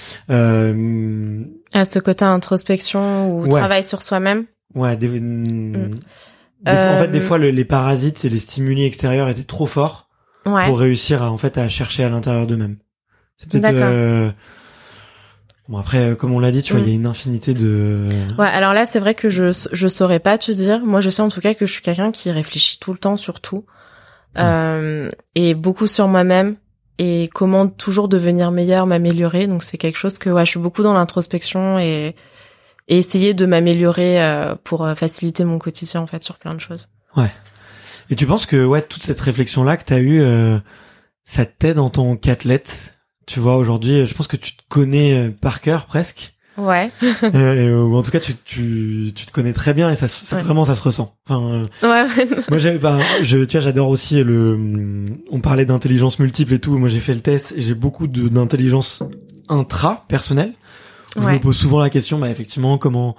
euh à ce côté introspection ou ouais. travail sur soi-même. Ouais, des, mm. des euh... en fait des fois le, les parasites et les stimuli extérieurs étaient trop forts ouais. pour réussir à en fait à chercher à l'intérieur d'eux-mêmes. C'est peut-être euh... bon après comme on l'a dit, tu vois, il mm. y a une infinité de ouais, alors là c'est vrai que je je saurais pas te dire. Moi je sais en tout cas que je suis quelqu'un qui réfléchit tout le temps sur tout mm. euh, et beaucoup sur moi-même et comment toujours devenir meilleur, m'améliorer. Donc c'est quelque chose que ouais, je suis beaucoup dans l'introspection et et essayer de m'améliorer euh, pour faciliter mon quotidien en fait sur plein de choses. Ouais. Et tu penses que ouais, toute cette réflexion là que t'as eue euh, ça t'aide en tant qu'athlète? Tu vois, aujourd'hui, je pense que tu te connais par cœur presque. Ouais. euh, ou en tout cas, tu, tu, tu te connais très bien et ça, ça ouais. vraiment, ça se ressent. Enfin, ouais. ouais. Moi, j'ai, bah, je, tu vois, j'adore aussi le. On parlait d'intelligence multiple et tout. Moi, j'ai fait le test et j'ai beaucoup de d'intelligence intra-personnelle. Ouais. Je me pose souvent la question, bah effectivement, comment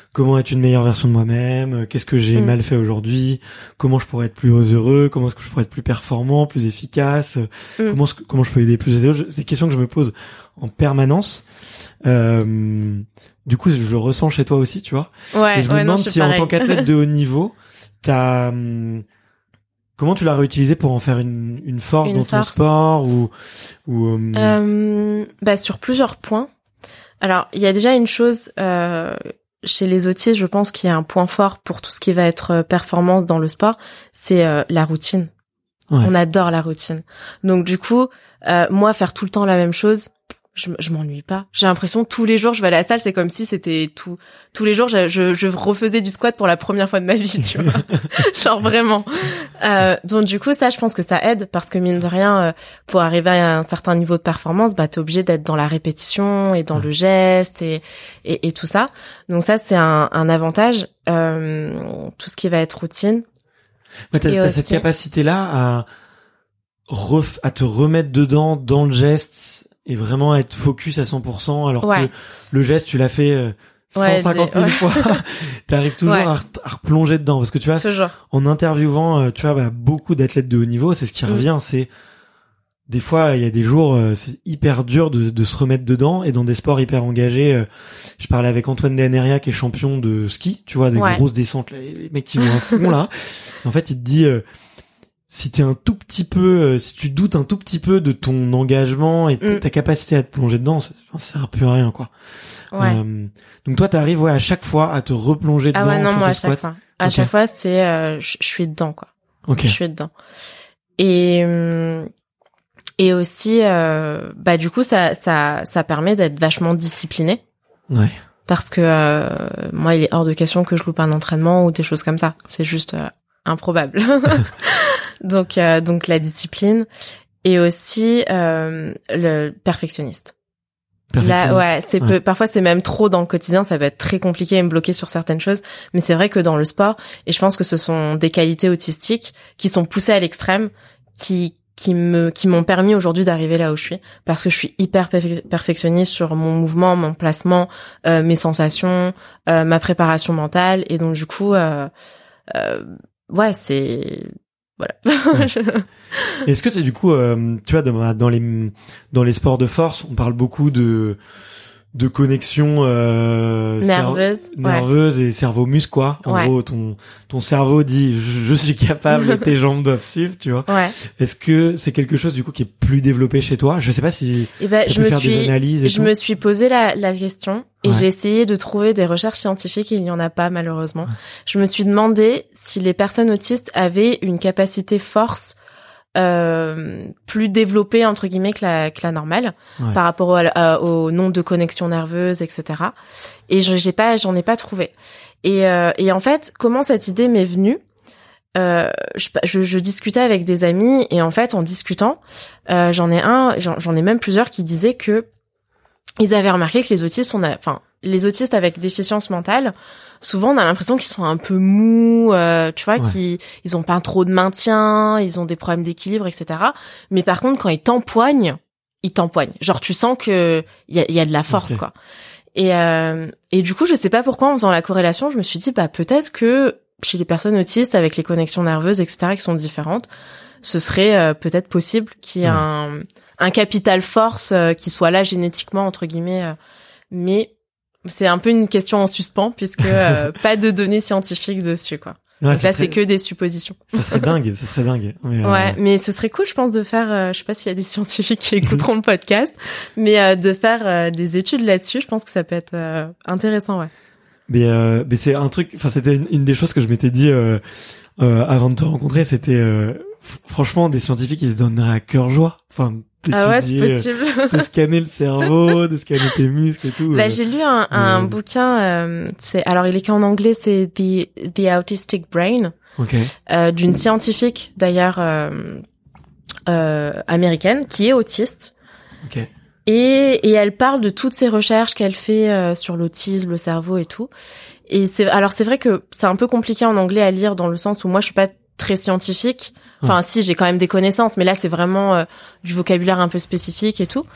comment être une meilleure version de moi-même, qu'est-ce que j'ai mmh. mal fait aujourd'hui, comment je pourrais être plus heureux, comment est-ce que je pourrais être plus performant, plus efficace, mmh. comment comment je peux aider plus les autres. C'est des questions que je me pose en permanence. Euh, du coup, je le ressens chez toi aussi, tu vois. Ouais, et je me ouais, demande non, je si pareil. En tant qu'athlète de haut niveau, t'as hum, comment tu l'as réutilisé pour en faire une, une force une dans force. ton sport ou ou hum... euh, bah sur plusieurs points. Alors, il y a déjà une chose euh, chez les autistes, je pense qu'il y a un point fort pour tout ce qui va être performance dans le sport, c'est euh, la routine. Ouais. On adore la routine. Donc du coup, euh, moi faire tout le temps la même chose, je, je m'ennuie pas. J'ai l'impression tous les jours je vais à la salle, c'est comme si c'était tout tous les jours je, je, je refaisais du squat pour la première fois de ma vie, tu vois. Genre vraiment. Euh, donc du coup ça, je pense que ça aide parce que mine de rien, euh, pour arriver à un certain niveau de performance, bah t'es obligé d'être dans la répétition et dans le geste et et, et tout ça. Donc ça c'est un, un avantage. Euh, tout ce qui va être routine. Ouais, t'as, t'as cette capacité là à ref, à te remettre dedans dans le geste et vraiment être focus à cent pour cent alors ouais. que le geste tu l'as fait euh, cent cinquante mille ouais, des... fois. T'arrives toujours ouais. à, à replonger dedans parce que tu vois toujours. En interviewant euh, tu vois bah, beaucoup d'athlètes de haut niveau, c'est ce qui revient, mmh. c'est des fois il y a des jours euh, c'est hyper dur de, de se remettre dedans et dans des sports hyper engagés. Euh, je parlais avec Antoine Deneria qui est champion de ski, tu vois des ouais. grosses descentes, là, les mecs qui vont à fond là. En fait il te dit euh, si t'es un tout petit peu, euh, si tu doutes un tout petit peu de ton engagement et mm. ta capacité à te plonger dedans, ça, ça sert plus à rien, quoi. Ouais. Euh, donc toi, t'arrives ouais à chaque fois à te replonger dedans. Ah ouais, non, sur moi à squat. chaque fois. À okay. chaque fois, c'est, euh, je suis dedans, quoi. Ok. Je suis dedans. Et et aussi, euh, bah du coup, ça ça ça permet d'être vachement discipliné. Ouais. Parce que euh, moi, il est hors de question que je loupe un entraînement ou des choses comme ça. C'est juste euh, improbable. donc euh, donc la discipline et aussi euh, le perfectionniste. perfectionniste. Là, ouais, c'est ouais. Peu, parfois c'est même trop dans le quotidien, ça va être très compliqué et me bloquer sur certaines choses, mais c'est vrai que dans le sport, et je pense que ce sont des qualités autistiques qui sont poussées à l'extrême, qui qui me qui m'ont permis aujourd'hui d'arriver là où je suis, parce que je suis hyper perfectionniste sur mon mouvement, mon placement, euh, mes sensations, euh, ma préparation mentale, et donc du coup euh, euh, ouais, c'est voilà. Ouais. Est-ce que c'est du coup, euh, tu vois, dans, dans les dans les sports de force, on parle beaucoup de de connexion euh, nerveuse, cer- nerveuse ouais. et cerveau-muscle, quoi. En ouais. gros, ton ton cerveau dit je, je suis capable et tes jambes doivent suivre, tu vois. Ouais. Est-ce que c'est quelque chose du coup qui est plus développé chez toi? Je sais pas si eh ben, tu je peux me faire suis, des analyses et je tout. me suis posé la, la question et ouais. j'ai essayé de trouver des recherches scientifiques. Il n'y en a pas malheureusement. Ouais. Je me suis demandé si les personnes autistes avaient une capacité force euh, plus développée entre guillemets que la, que la normale ouais. par rapport au, euh, au nombre de connexions nerveuses, et cetera. Et je, j'ai pas, j'en ai pas trouvé. Et, euh, et en fait, comment cette idée m'est venue? Euh, je, je, je discutais avec des amis et en fait, en discutant, euh, j'en ai un, j'en, j'en ai même plusieurs qui disaient que ils avaient remarqué que les autistes, on a, enfin, les autistes avec déficience mentale, souvent on a l'impression qu'ils sont un peu mous, euh, tu vois, ouais. qu'ils ils ont pas trop de maintien, ils ont des problèmes d'équilibre, et cetera. Mais par contre, quand ils t'empoignent, ils t'empoignent. Genre, tu sens que il y a, y a de la force, okay. quoi. Et euh, et du coup, je sais pas pourquoi, en faisant la corrélation, je me suis dit, bah peut-être que chez les personnes autistes avec les connexions nerveuses, et cetera, qui sont différentes, ce serait euh, peut-être possible qu'il y ait ouais. un un capital force euh, qui soit là génétiquement entre guillemets, euh, mais c'est un peu une question en suspens puisque euh, pas de données scientifiques dessus, quoi. Ouais, donc là, serait... c'est que des suppositions. Ça serait dingue, ça serait dingue. Mais euh... Ouais, mais ce serait cool, je pense, de faire. Euh, je sais pas s'il y a des scientifiques qui écouteront le podcast, mais euh, de faire euh, des études là-dessus. Je pense que ça peut être euh, intéressant, ouais. Mais euh, mais c'est un truc. Enfin, c'était une, une des choses que je m'étais dit euh, euh, avant de te rencontrer. C'était euh, f- franchement des scientifiques qui se donneraient à cœur joie. Enfin. Ah ouais, c'est possible. De scanner le cerveau, de scanner tes muscles et tout. Bah, euh, j'ai lu un, un euh... bouquin, euh, c'est, alors il est qu'en anglais, c'est The, The Autistic Brain, okay. euh, d'une scientifique d'ailleurs euh, euh, américaine qui est autiste. Okay. Et, et elle parle de toutes ces recherches qu'elle fait euh, sur l'autisme, le cerveau et tout. Et c'est, alors c'est vrai que c'est un peu compliqué en anglais à lire dans le sens où moi je suis pas très scientifique. Enfin, ouais. si, j'ai quand même des connaissances, mais là, c'est vraiment euh, du vocabulaire un peu spécifique et tout.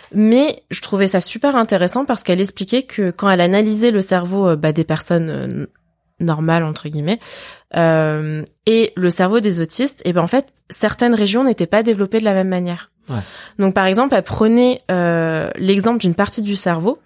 Mais je trouvais ça super intéressant parce qu'elle expliquait que quand elle analysait le cerveau euh, bah, des personnes euh, normales entre guillemets euh, et le cerveau des autistes, et ben en fait certaines régions n'étaient pas développées de la même manière. Ouais. Donc par exemple, elle prenait euh, l'exemple d'une partie du cerveau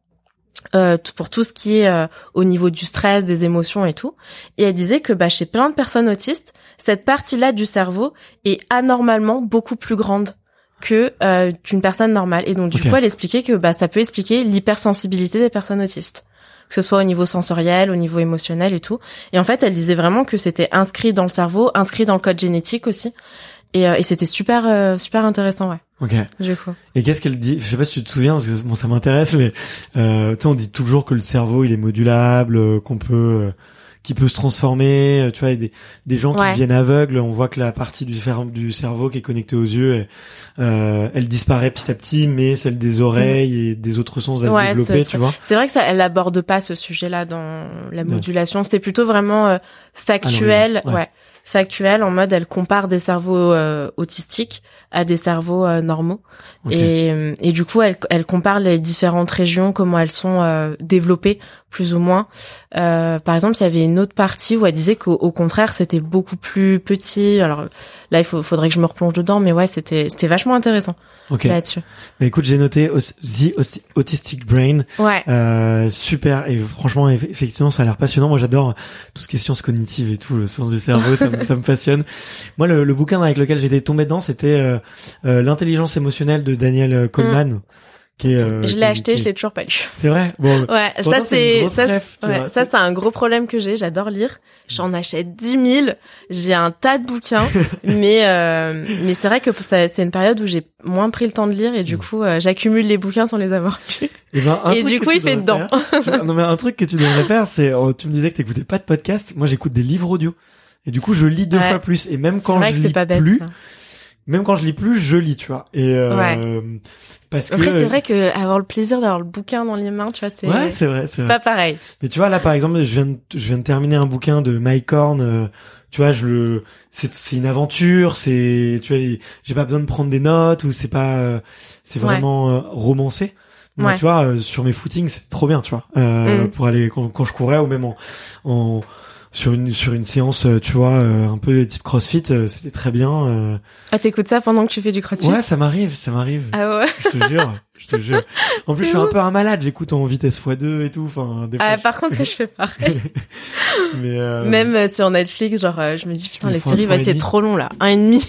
euh, pour tout ce qui est euh, au niveau du stress, des émotions et tout, et elle disait que bah chez plein de personnes autistes, cette partie-là du cerveau est anormalement beaucoup plus grande que euh, d'une personne normale. Et donc du okay. coup, elle expliquait que bah ça peut expliquer l'hypersensibilité des personnes autistes, que ce soit au niveau sensoriel, au niveau émotionnel et tout. Et en fait, elle disait vraiment que c'était inscrit dans le cerveau, inscrit dans le code génétique aussi. Et, euh, et c'était super euh, super intéressant, ouais. Ok. Du coup. Et qu'est-ce qu'elle dit? Je sais pas si tu te souviens, parce que bon, ça m'intéresse, mais euh, tu sais, on dit toujours que le cerveau il est modulable, euh, qu'on peut, euh, qui peut se transformer. Euh, tu vois, il y a des des gens qui ouais. deviennent aveugles. On voit que la partie du, fer- du cerveau qui est connectée aux yeux, elle, euh, elle disparaît petit à petit, mais celle des oreilles mmh. et des autres sens va ouais, se développer. Tu vois. C'est vrai que ça, elle aborde pas ce sujet-là dans la modulation. Ouais. C'était plutôt vraiment euh, factuel, ouais. ouais, factuel en mode elle compare des cerveaux euh, autistiques à des cerveaux euh, normaux. Okay. Et, et du coup, elle, elle compare les différentes régions, comment elles sont euh, développées, plus ou moins. Euh, par exemple, il y avait une autre partie où elle disait qu'au au contraire, c'était beaucoup plus petit. Alors là, il faut, faudrait que je me replonge dedans, mais ouais, c'était, c'était vachement intéressant. Ok. Là-dessus. Bah écoute, j'ai noté The Autistic Brain. Ouais. Euh, super. Et franchement, effectivement, ça a l'air passionnant. Moi, j'adore tout ce qui est sciences cognitives et tout, le sens du cerveau, ça, me, ça me passionne. Moi, le, le bouquin avec lequel j'étais tombé dedans, c'était euh, euh, l'intelligence émotionnelle de Daniel Goleman. Mm. Qui est, euh, je l'ai acheté, qui... je l'ai toujours pas lu. C'est vrai. Bon. Ouais, ça c'est ça, ref, ouais, ça c'est un gros problème que j'ai. J'adore lire. J'en achète dix mille. J'ai un tas de bouquins, mais euh, mais c'est vrai que ça, c'est une période où j'ai moins pris le temps de lire et du coup euh, j'accumule les bouquins sans les avoir lus. Et, ben, un et du coup il fait dedans. Faire, non mais un truc que tu devrais faire, c'est tu me disais que t'écoutais pas de podcast. Moi j'écoute des livres audio et du coup je lis deux ouais. fois plus et même quand je lis bête, plus. Ça. Même quand je lis plus, je lis, tu vois. Et euh, ouais. parce que après c'est vrai que avoir le plaisir d'avoir le bouquin dans les mains, tu vois, c'est ouais, c'est vrai, c'est, c'est vrai. pas pareil. Mais tu vois là par exemple, je viens de, je viens de terminer un bouquin de Mike Horn, euh, tu vois, je le c'est c'est une aventure, c'est tu vois, j'ai pas besoin de prendre des notes ou c'est pas euh, c'est vraiment ouais. euh, romancé. Donc ouais. tu vois, euh, sur mes footings, c'était trop bien, tu vois. Euh, mm. pour aller quand, quand je courais ou même en en sur une sur une séance tu vois euh, un peu type CrossFit euh, c'était très bien euh... ah t'écoutes ça pendant que tu fais du CrossFit? Ouais, ça m'arrive ça m'arrive ah ouais. je te jure je te jure en plus je suis un peu un malade, j'écoute en vitesse fois deux et tout, enfin des fois ah je... par contre ça je fais pareil. Mais euh... même euh, sur Netflix genre euh, je me dis putain les séries bah, c'est trop long là un et demi.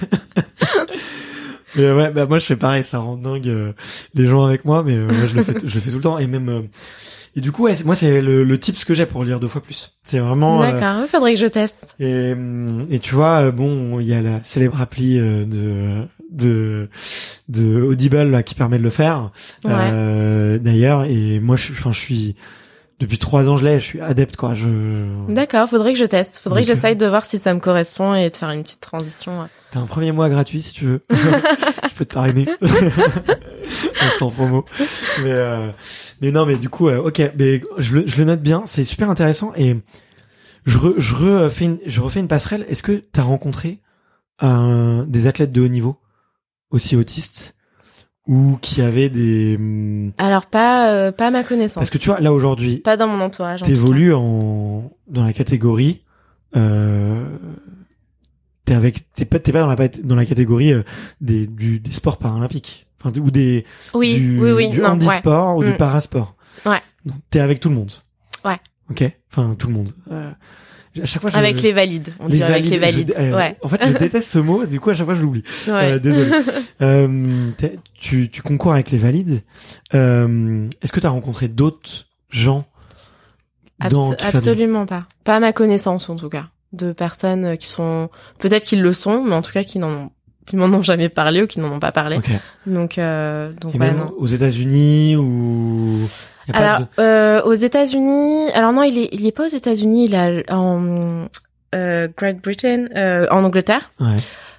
Mais ouais, bah moi je fais pareil, ça rend dingue euh, les gens avec moi, mais euh, moi je le fais, je le fais tout le temps et même euh, et du coup ouais, moi c'est le, le tips que j'ai pour lire deux fois plus. C'est vraiment. D'accord, euh, faudrait que je teste. Et et tu vois bon, il y a la célèbre appli euh, de de de Audible là qui permet de le faire. Ouais. Euh, d'ailleurs et moi je enfin je suis depuis trois ans je l'ai, je suis adepte quoi. Je. D'accord, faudrait que je teste. Faudrait Donc, que j'essaye de voir si ça me correspond et de faire une petite transition. T'as un premier mois gratuit si tu veux. Je peux te parrainer. Instant promo. Mais euh, mais non mais du coup euh, ok, mais je le je le note bien, c'est super intéressant et je re, je refais une je refais une passerelle. Est-ce que t'as rencontré euh, des athlètes de haut niveau aussi autistes ou qui avaient des alors pas euh, pas à ma connaissance. Parce que tu vois là aujourd'hui pas dans mon entourage. T'évolues en dans la catégorie euh t'es avec t'es pas t'es pas dans la dans la catégorie euh, des du des sports paralympiques enfin ou des oui du, oui oui du non, handisport ouais. ou mm. du parasport. Ouais. Donc t'es avec tout le monde. Ouais. Ok. Enfin tout le monde. Euh, à chaque fois je, avec les valides on les dirait valides, avec les valides. Je, euh, ouais. En fait je déteste ce mot du coup à chaque fois je l'oublie. Ouais. Euh, désolé. euh, tu tu concours avec les valides. Euh, est-ce que t'as rencontré d'autres gens dans Abs- absolument pas. Pas à ma connaissance en tout cas. De personnes qui sont peut-être qu'ils le sont mais en tout cas qui n'en ont qui m'en ont jamais parlé ou qui n'en ont pas parlé. Okay. Donc euh, donc et ouais, même non. Aux États-Unis ou y a alors pas de... euh, aux États-Unis alors non il est il est pas aux États-Unis il est en euh, Great Britain euh, en Angleterre. Ouais.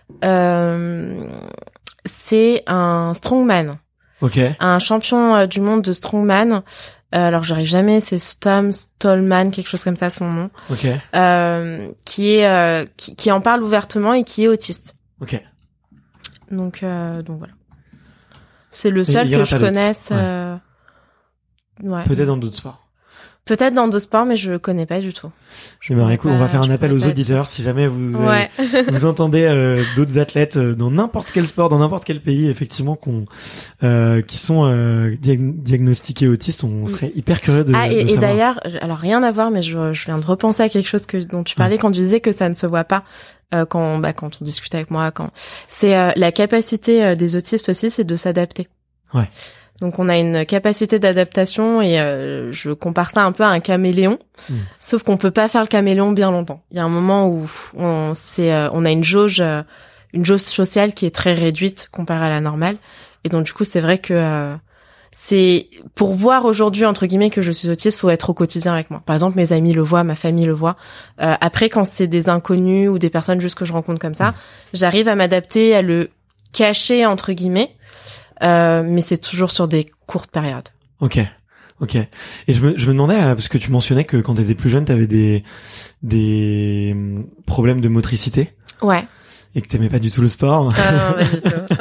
Euh, c'est un strongman. OK. Un champion euh, du monde de strongman. Euh, alors j'arrive jamais, c'est Tom Stallman, quelque chose comme ça son nom. Ok. Euh, qui est euh, qui, qui en parle ouvertement et qui est autiste. Ok. Donc euh, donc voilà. C'est le seul que je connaisse. Ouais. Euh... Ouais. Peut-être dans d'autres sports. Peut-être dans d'autres sports, mais je connais pas du tout. Je me écoute, on va faire un appel aux auditeurs si jamais vous ouais. avez, vous entendez euh, d'autres athlètes euh, dans n'importe quel sport, dans n'importe quel pays, effectivement, qu'on euh, qui sont euh, diag- diagnostiqués autistes, on serait hyper curieux de. Ah et, de et savoir. d'ailleurs, alors rien à voir, mais je, je viens de repenser à quelque chose que dont tu parlais ouais. quand tu disais que ça ne se voit pas euh, quand bah quand on discute avec moi, quand c'est euh, la capacité euh, des autistes aussi, c'est de s'adapter. Ouais. Donc on a une capacité d'adaptation et euh, je compare ça un peu à un caméléon, mmh. sauf qu'on peut pas faire le caméléon bien longtemps. Il y a un moment où on c'est euh, on a une jauge euh, une jauge sociale qui est très réduite comparée à la normale et donc du coup c'est vrai que euh, c'est pour voir aujourd'hui entre guillemets que je suis autiste, faut être au quotidien avec moi. Par exemple, mes amis le voient, ma famille le voit. Euh, après quand c'est des inconnus ou des personnes juste que je rencontre comme ça, mmh. j'arrive à m'adapter, à le cacher entre guillemets. Euh, mais c'est toujours sur des courtes périodes. Ok, ok. Et je me, je me demandais, parce que tu mentionnais que quand tu étais plus jeune, tu avais des, des problèmes de motricité. Ouais. Et que t'aimais pas du tout le sport. Ah non, pas du tout.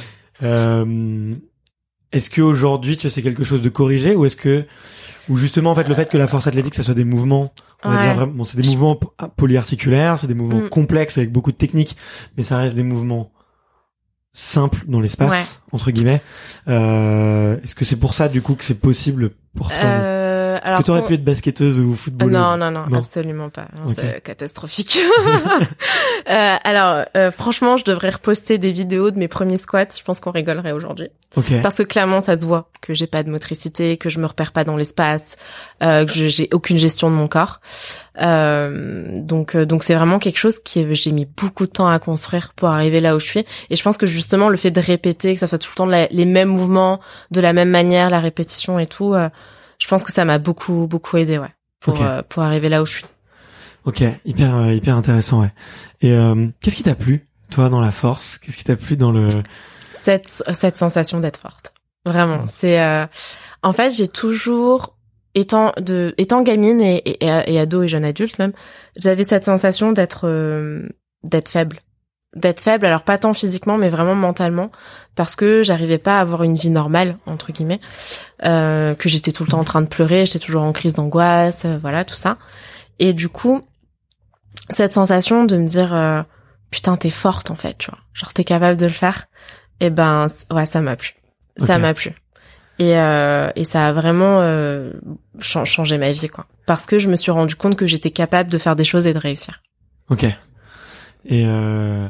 euh, est-ce que aujourd'hui, tu sais, c'est quelque chose de corrigé ou est-ce que, ou justement, en fait, le fait que la force athlétique, ça soit des mouvements, on va ouais. dire vraiment, bon, c'est des mouvements polyarticulaires, c'est des mouvements mm. complexes avec beaucoup de techniques, mais ça reste des mouvements simple dans l'espace ouais. entre guillemets. Euh, est-ce que c'est pour ça du coup que c'est possible pour toi euh, Est-ce alors que tu aurais pour... pu être basketteuse ou footballeuse? Non non non, non. absolument pas. Non, okay. C'est catastrophique. euh, alors euh, franchement, je devrais reposter des vidéos de mes premiers squats. Je pense qu'on rigolerait aujourd'hui. Okay. Parce que clairement, ça se voit que j'ai pas de motricité, que je me repère pas dans l'espace, euh, que je, j'ai aucune gestion de mon corps. Euh, donc euh, donc c'est vraiment quelque chose qui j'ai mis beaucoup de temps à construire pour arriver là où je suis. Et je pense que justement le fait de répéter, que ça soit tout le temps la, les mêmes mouvements, de la même manière, la répétition et tout, euh, je pense que ça m'a beaucoup beaucoup aidé, ouais, pour okay. euh, pour arriver là où je suis. Ok, hyper euh, hyper intéressant, ouais. Et euh, qu'est-ce qui t'a plu, toi, dans la force? Qu'est-ce qui t'a plu dans le cette cette sensation d'être forte? Vraiment, c'est euh, en fait j'ai toujours Étant de étant gamine et, et, et ado et jeune adulte même, j'avais cette sensation d'être euh, d'être faible, d'être faible. Alors pas tant physiquement, mais vraiment mentalement, parce que j'arrivais pas à avoir une vie normale entre guillemets, euh, que j'étais tout le temps en train de pleurer, j'étais toujours en crise d'angoisse, euh, voilà tout ça. Et du coup, cette sensation de me dire euh, putain t'es forte en fait, tu vois, genre t'es capable de le faire. Et ben ouais ça m'a plu, ça okay. m'a plu. Et, euh, et ça a vraiment euh, ch- changé ma vie, quoi. Parce que je me suis rendu compte que j'étais capable de faire des choses et de réussir. Ok. Et euh,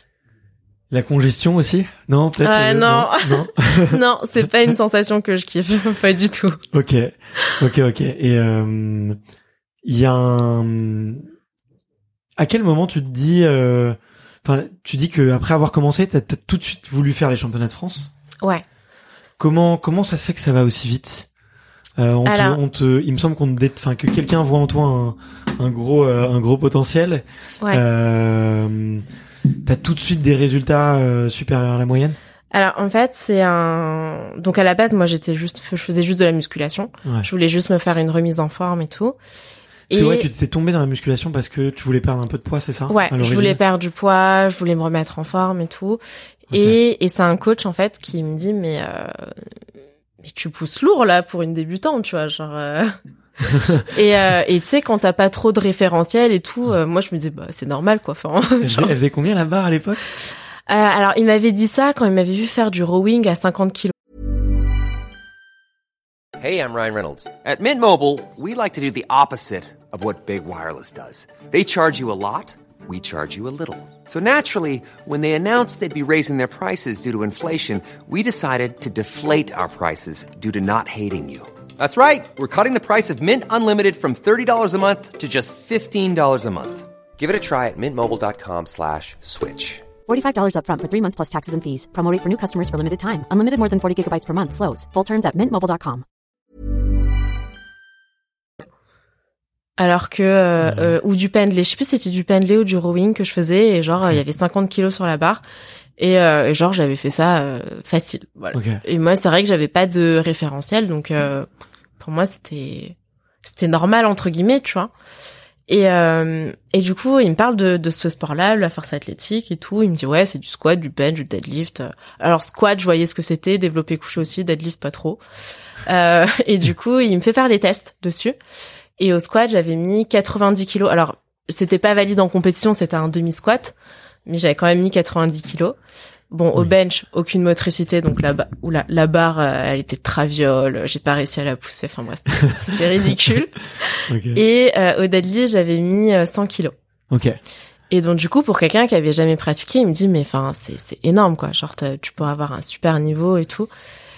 la congestion aussi? Non, peut-être. Euh, euh, non, non, non, non c'est pas une sensation que je kiffe, pas du tout. Ok, ok, ok. Et il euh, y a un. À quel moment tu te dis, enfin, euh, tu dis que après avoir commencé, t'as, t'as tout de suite voulu faire les championnats de France? Ouais. Comment comment ça se fait que ça va aussi vite? euh, on, Alors, te, on te, il me semble qu'on te, enfin que quelqu'un voit en toi un, un gros euh, un gros potentiel. Ouais. Euh, t'as tout de suite des résultats euh, supérieurs à la moyenne? Alors en fait c'est un donc à la base moi j'étais juste je faisais juste de la musculation. Ouais. Je voulais juste me faire une remise en forme et tout. Parce et que ouais, tu t'es tombé dans la musculation parce que tu voulais perdre un peu de poids, c'est ça? Ouais, je voulais perdre du poids, je voulais me remettre en forme et tout. Okay. Et, et c'est un coach en fait qui me dit mais euh, mais tu pousses lourd là pour une débutante, tu vois, genre. Euh... et euh, et tu sais quand t'as pas trop de référentiel et tout, euh, moi je me dis bah c'est normal quoi. Enfin. Genre... Elle faisait combien la barre à l'époque? euh, Alors il m'avait dit ça quand il m'avait vu faire du rowing à cinquante kilos. Hey, I'm Ryan Reynolds. At Mint Mobile, we like to do the opposite of what Big Wireless does. They charge you a lot. We charge you a little. So naturally, when they announced they'd be raising their prices due to inflation, we decided to deflate our prices due to not hating you. That's right. We're cutting the price of Mint Unlimited from thirty dollars a month to just fifteen dollars a month. Give it a try at mintmobile.com slash switch. forty-five dollars up front for three months plus taxes and fees. Promo rate for new customers for limited time. Unlimited more than forty gigabytes per month slows. Full terms at mint mobile dot com. Alors que euh, mmh. euh, ou du pendlay, je sais plus si c'était du pendlay ou du rowing que je faisais et genre il okay. y avait cinquante kilos sur la barre et, euh, et genre j'avais fait ça euh, facile, voilà. Okay. Et moi c'est vrai que j'avais pas de référentiel donc euh, pour moi c'était c'était normal entre guillemets, tu vois. Et euh, et du coup, il me parle de de ce sport-là, la force athlétique et tout. Il me dit ouais, c'est du squat, du bench, du deadlift. Alors squat, je voyais ce que c'était, développé couché aussi, deadlift pas trop. Euh, et du coup, il me fait faire les tests dessus. Et au squat, j'avais mis quatre-vingt-dix kilos. Alors c'était pas valide en compétition, c'était un demi squat, mais j'avais quand même mis quatre-vingt-dix kilos. Bon, oui. Au bench, aucune motricité, donc la, ba- oula, la barre, euh, elle était traviole, j'ai pas réussi à la pousser, enfin bref, c'était, c'était ridicule. Okay. Et euh, au deadlift, j'avais mis euh, cent kilos. Ok. Et donc du coup, pour quelqu'un qui avait jamais pratiqué, il me dit, mais enfin, c'est, c'est énorme, quoi. Genre, tu pourrais avoir un super niveau et tout.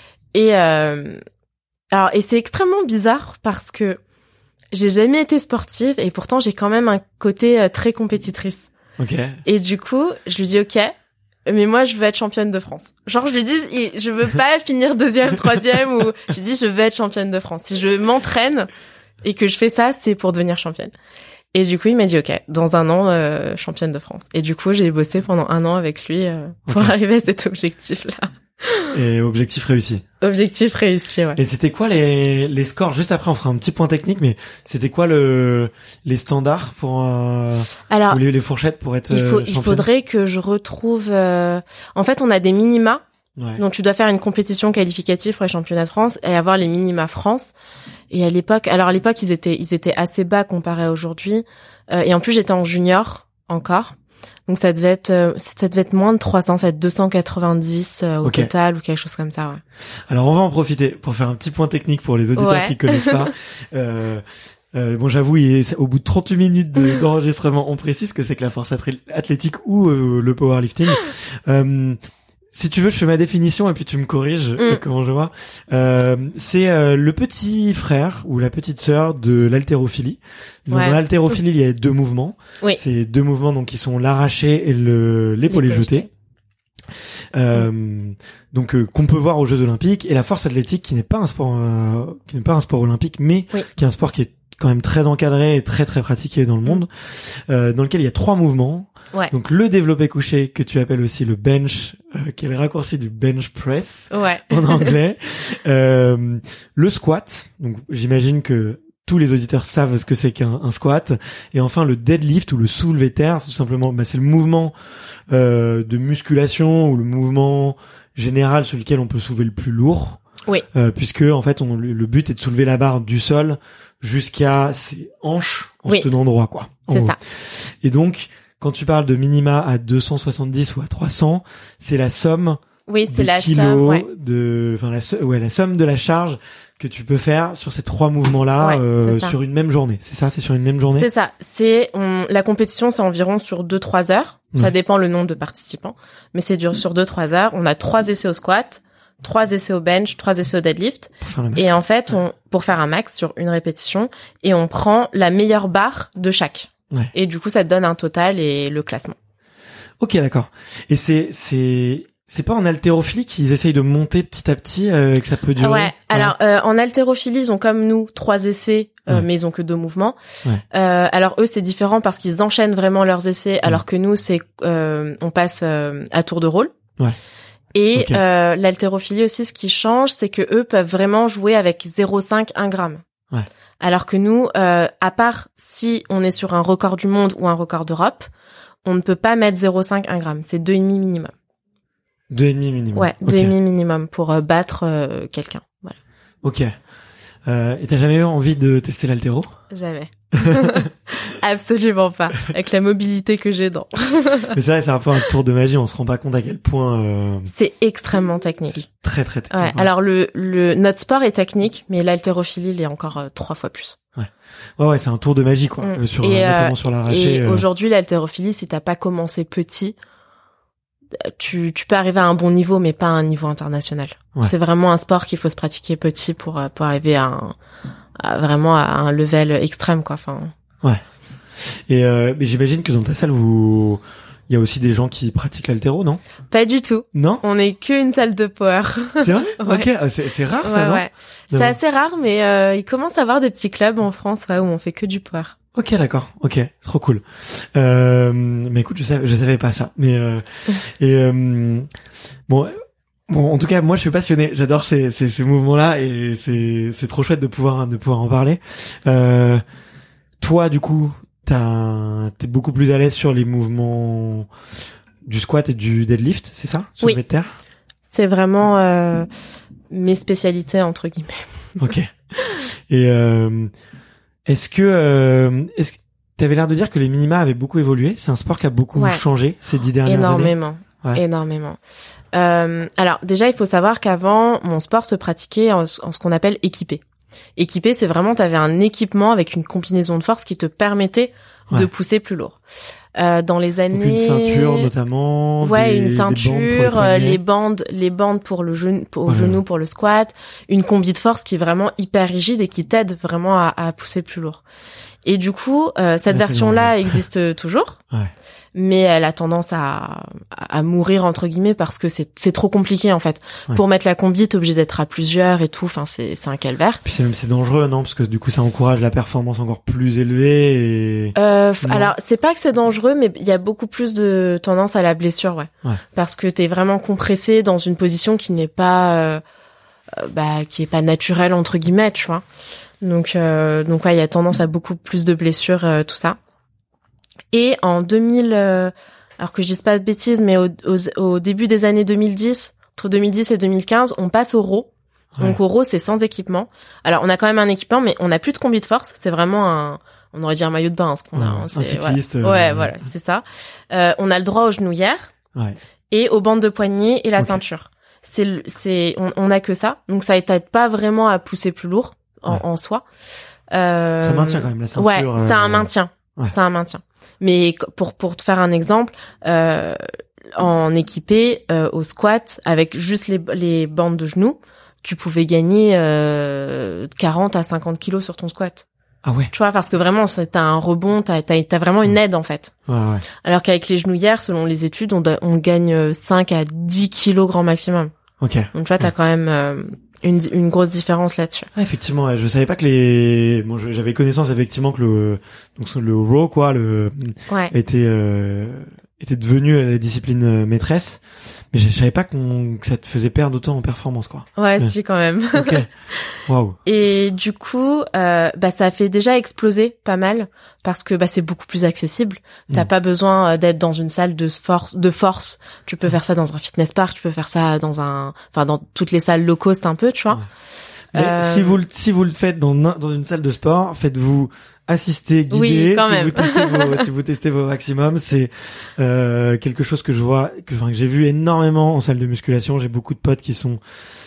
Et euh, alors, et c'est extrêmement bizarre parce que j'ai jamais été sportive et pourtant j'ai quand même un côté euh, très compétitrice. Ok. Et du coup, je lui dis, ok. Mais moi, je veux être championne de France. Genre, je lui dis, je veux pas finir deuxième, troisième, ou je lui dis, je veux être championne de France. Si je m'entraîne et que je fais ça, c'est pour devenir championne. Et du coup, il m'a dit, ok, dans un an, euh, championne de France. Et du coup, j'ai bossé pendant un an avec lui euh, pour okay. arriver à cet objectif-là. Et objectif réussi. Objectif réussi, ouais. Et c'était quoi les les scores? Juste après, on fera un petit point technique, mais c'était quoi le les standards pour euh, Alors, ou les, les fourchettes pour être il faut, championne? Il faudrait que je retrouve. Euh... En fait, on a des minima. Ouais. Donc, tu dois faire une compétition qualificative pour les championnats de France et avoir les minima France. Et à l'époque, alors à l'époque, ils étaient ils étaient assez bas comparé à aujourd'hui. Euh, et en plus, j'étais en junior encore. Donc ça devait être euh, ça devait être moins de trois cents, ça devait être deux cent quatre-vingt-dix euh, au okay. total ou quelque chose comme ça, ouais. Alors on va en profiter pour faire un petit point technique pour les auditeurs ouais. qui connaissent pas. euh, euh, bon, j'avoue, il est, au bout de trente minutes de, d'enregistrement, on précise que c'est que la force athlétique ou euh, le powerlifting. Euh, Si tu veux, je fais ma définition et puis tu me corriges mm. comment je vois. Euh, c'est euh, le petit frère ou la petite sœur de l'haltérophilie. Donc, ouais. Dans l'haltérophilie, il y a deux mouvements. Oui. C'est deux mouvements donc qui sont l'arraché et le l'épaulé jeté. Euh, mm. Donc euh, qu'on peut voir aux Jeux Olympiques, et la force athlétique qui n'est pas un sport euh, qui n'est pas un sport olympique, mais oui. qui est un sport qui est quand même très encadré et très très pratiqué dans le monde, mm. euh, dans lequel il y a trois mouvements. Ouais. Donc le développé couché que tu appelles aussi le bench, euh, qui est le raccourci du bench press ouais. en anglais, euh, le squat. Donc j'imagine que tous les auditeurs savent ce que c'est qu'un un squat. Et enfin le deadlift ou le soulevé terre, c'est tout simplement, bah, c'est le mouvement euh, de musculation ou le mouvement général sur lequel on peut soulever le plus lourd. Oui. Euh, puisque en fait on, le but est de soulever la barre du sol jusqu'à ses hanches en oui. se tenant droit, quoi. C'est gros. Ça. Et donc quand tu parles de minima à deux cent soixante-dix ou à trois cents, c'est la somme oui, c'est des la kilos somme, ouais. de, enfin la, ouais, la somme de la charge que tu peux faire sur ces trois mouvements-là ouais, euh, sur une même journée. C'est ça, c'est sur une même journée. C'est ça. C'est on, la compétition, c'est environ sur deux trois heures. Ouais. Ça dépend le nombre de participants, mais c'est dur sur deux trois heures. On a trois essais au squat, trois essais au bench, trois essais au deadlift. Et en fait, on pour faire un max sur une répétition, et on prend la meilleure barre de chaque. Ouais. Et du coup, ça te donne un total et le classement. Ok, d'accord. Et c'est c'est c'est pas en haltérophilie qu'ils essayent de monter petit à petit euh, que ça peut durer. Ouais. Alors ouais. Euh, en haltérophilie, ils ont comme nous trois essais, euh, ouais. mais ils ont que deux mouvements. Ouais. Euh, alors eux, c'est différent parce qu'ils enchaînent vraiment leurs essais, alors ouais. que nous, c'est euh, on passe euh, à tour de rôle. Ouais. Et okay. euh, l'haltérophilie aussi, ce qui change, c'est que eux peuvent vraiment jouer avec zéro virgule cinq, un gramme. Ouais. Alors que nous, euh, à part si on est sur un record du monde ou un record d'Europe, on ne peut pas mettre zéro virgule cinq, un gramme. C'est deux virgule cinq minimum. deux virgule cinq minimum. Ouais, deux virgule cinq okay. minimum pour euh, battre euh, quelqu'un. Voilà. Ok. Euh, et t'as jamais eu envie de tester l'haltéro ? Jamais. Absolument pas. Avec la mobilité que j'ai dans. Mais c'est vrai, c'est un peu un tour de magie. On se rend pas compte à quel point. Euh... C'est extrêmement technique. C'est très très technique. Ouais. ouais. Alors le le notre sport est technique, mais l'haltérophilie il est encore euh, trois fois plus. Ouais. Ouais ouais, c'est un tour de magie quoi. Mm. Sur et, euh, notamment euh, sur l'arraché. Et euh... aujourd'hui l'haltérophilie, si t'as pas commencé petit, tu tu peux arriver à un bon niveau, mais pas à un niveau international. Ouais. C'est vraiment un sport qu'il faut se pratiquer petit pour pour arriver à, un, à vraiment à un level extrême quoi. Enfin. Ouais. Et euh, mais j'imagine que dans ta salle, vous, il y a aussi des gens qui pratiquent l'haltéro, non ? Pas du tout. Non ? On est qu'une salle de power. C'est vrai ? Ouais. Ok, c'est, c'est rare ça, ouais, non ? Ouais. C'est non. assez rare, mais euh, il commence à avoir des petits clubs en France ouais, où on fait que du power. Ok, d'accord. Ok, trop cool. Euh, mais écoute, je savais, je savais pas ça. Mais euh, et euh, bon. Bon, en tout cas, moi, je suis passionné. J'adore ces, ces, ces mouvements-là et c'est, c'est trop chouette de pouvoir, de pouvoir en parler. Euh, toi, du coup, t'as, t'es beaucoup plus à l'aise sur les mouvements du squat et du deadlift, c'est ça? Sur oui. le terre? C'est vraiment euh, mes spécialités entre guillemets. Ok. Et euh, est-ce que euh, est-ce que t'avais l'air de dire que les minima avaient beaucoup évolué? C'est un sport qui a beaucoup ouais. changé ces dix dernières énormément, années. Ouais. Énormément. Euh, alors déjà, il faut savoir qu'avant, mon sport se pratiquait en, en ce qu'on appelle équipé. Équipé, c'est vraiment, t'avais un équipement avec une combinaison de force qui te permettait ouais. de pousser plus lourd. Euh, dans les années, donc une ceinture notamment, ouais, des, une ceinture, les, les bandes, les bandes pour le genou, pour, au ouais. genou pour le squat, une combi de force qui est vraiment hyper rigide et qui t'aide vraiment à, à pousser plus lourd. Et du coup, euh, cette ah, version-là existe toujours, ouais. mais elle a tendance à, à mourir entre guillemets parce que c'est c'est trop compliqué en fait. Ouais. Pour mettre la combi, t'es obligé d'être à plusieurs et tout. Enfin, c'est c'est un calvaire. Puis c'est même c'est dangereux, non? Parce que du coup, ça encourage la performance encore plus élevée. Et... Euh, alors c'est pas que c'est dangereux, mais il y a beaucoup plus de tendance à la blessure, ouais. ouais. Parce que t'es vraiment compressé dans une position qui n'est pas, euh, bah, qui est pas naturelle entre guillemets, tu vois. Donc, euh, donc ouais, il y a tendance à beaucoup plus de blessures, euh, tout ça. Et en deux mille, euh, alors que je dise pas de bêtises, mais au, au, au début des années deux mille dix, entre deux mille dix et deux mille quinze, on passe au row. Ouais. Donc au row, c'est sans équipement. Alors on a quand même un équipement, mais on n'a plus de combi de force. C'est vraiment un, on aurait dit un maillot de bain, ce qu'on ouais, a. Hein. Un cycliste. Ouais, euh... ouais voilà, c'est ça. Euh, on a le droit aux genouillères ouais. et aux bandes de poignets et la okay. ceinture. C'est, c'est, on, on a que ça. Donc ça t'aide pas vraiment à pousser plus lourd. En, ouais. en soi. Euh, ça maintient quand même la ceinture. Ouais, euh... c'est un maintien. Ouais. C'est un maintien. Mais pour pour te faire un exemple, euh, en équipé euh, au squat avec juste les les bandes de genoux, tu pouvais gagner euh, quarante à cinquante kilos sur ton squat. Ah ouais. Tu vois, parce que vraiment, t'as un rebond, t'as t'as t'as vraiment une aide en fait. Ouais, ouais. Alors qu'avec les genouillères, selon les études, on on gagne cinq à dix kilos grand maximum. Ok. Donc tu vois, t'as quand même euh, une une grosse différence là-dessus. Ah, effectivement, ouais, je savais pas que les bon je, j'avais connaissance effectivement que le donc le row quoi le ouais. était euh, était devenu la discipline maîtresse, mais je, je savais pas qu'on que ça te faisait perdre autant en performance quoi. Ouais, ouais. Si quand même. OK. Waouh. Et du coup euh, bah ça a fait déjà exploser pas mal parce que bah c'est beaucoup plus accessible. T'as mmh. pas besoin d'être dans une salle de force de force. Tu peux faire ça dans un fitness park, tu peux faire ça dans un enfin dans toutes les salles low cost un peu, tu vois. Ouais. Mais euh... si vous si vous le faites dans dans une salle de sport, faites-vous assister, guider. Oui, quand si même. vous testez vos si vous testez vos maximums, c'est euh quelque chose que je vois que enfin que j'ai vu énormément en salle de musculation. J'ai beaucoup de potes qui sont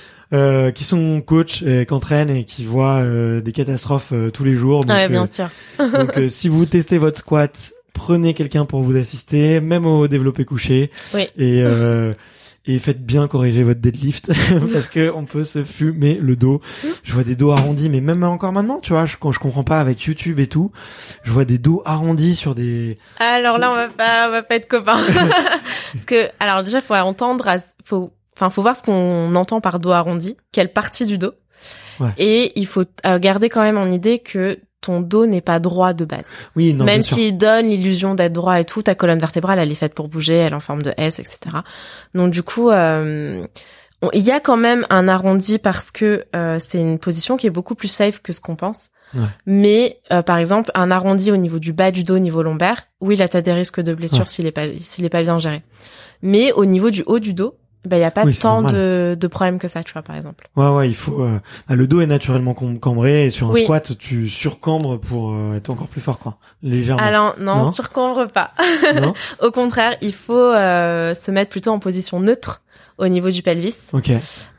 euh qui sont coachs et qui entraînent et qui voient euh, des catastrophes euh, tous les jours. Donc, ouais, bien euh, sûr. donc euh, si vous testez votre squat, prenez quelqu'un pour vous assister, même au développé couché. Oui. Et euh Et faites bien corriger votre deadlift parce que on peut se fumer le dos. Je vois des dos arrondis, mais même encore maintenant, tu vois, je, quand je comprends pas avec YouTube et tout, je vois des dos arrondis sur des. Alors sur... là, on va pas, on va pas être copains. Parce que, alors déjà, faut entendre, à, faut, enfin, faut voir ce qu'on entend par dos arrondi, quelle partie du dos. Ouais. Et il faut garder quand même en idée que ton dos n'est pas droit de base. Oui, non, même bien sûr. s'il donne l'illusion d'être droit et tout, ta colonne vertébrale, elle est faite pour bouger, elle est en forme de S, et cetera. Donc du coup, euh, on, il y a quand même un arrondi parce que euh, c'est une position qui est beaucoup plus safe que ce qu'on pense. Ouais. Mais euh, par exemple, un arrondi au niveau du bas du dos, au niveau lombaire, oui, là t'as des risques de blessure ouais. s'il est pas s'il est pas bien géré. Mais au niveau du haut du dos, bah il y a pas oui, tant de de problèmes que ça, tu vois, par exemple. Ouais ouais, il faut euh, le dos est naturellement cambré et sur un oui. squat, tu surcambres pour euh, être encore plus fort quoi, légèrement. Alors non, non surcambre pas. Non au contraire, il faut euh, se mettre plutôt en position neutre au niveau du pelvis. OK.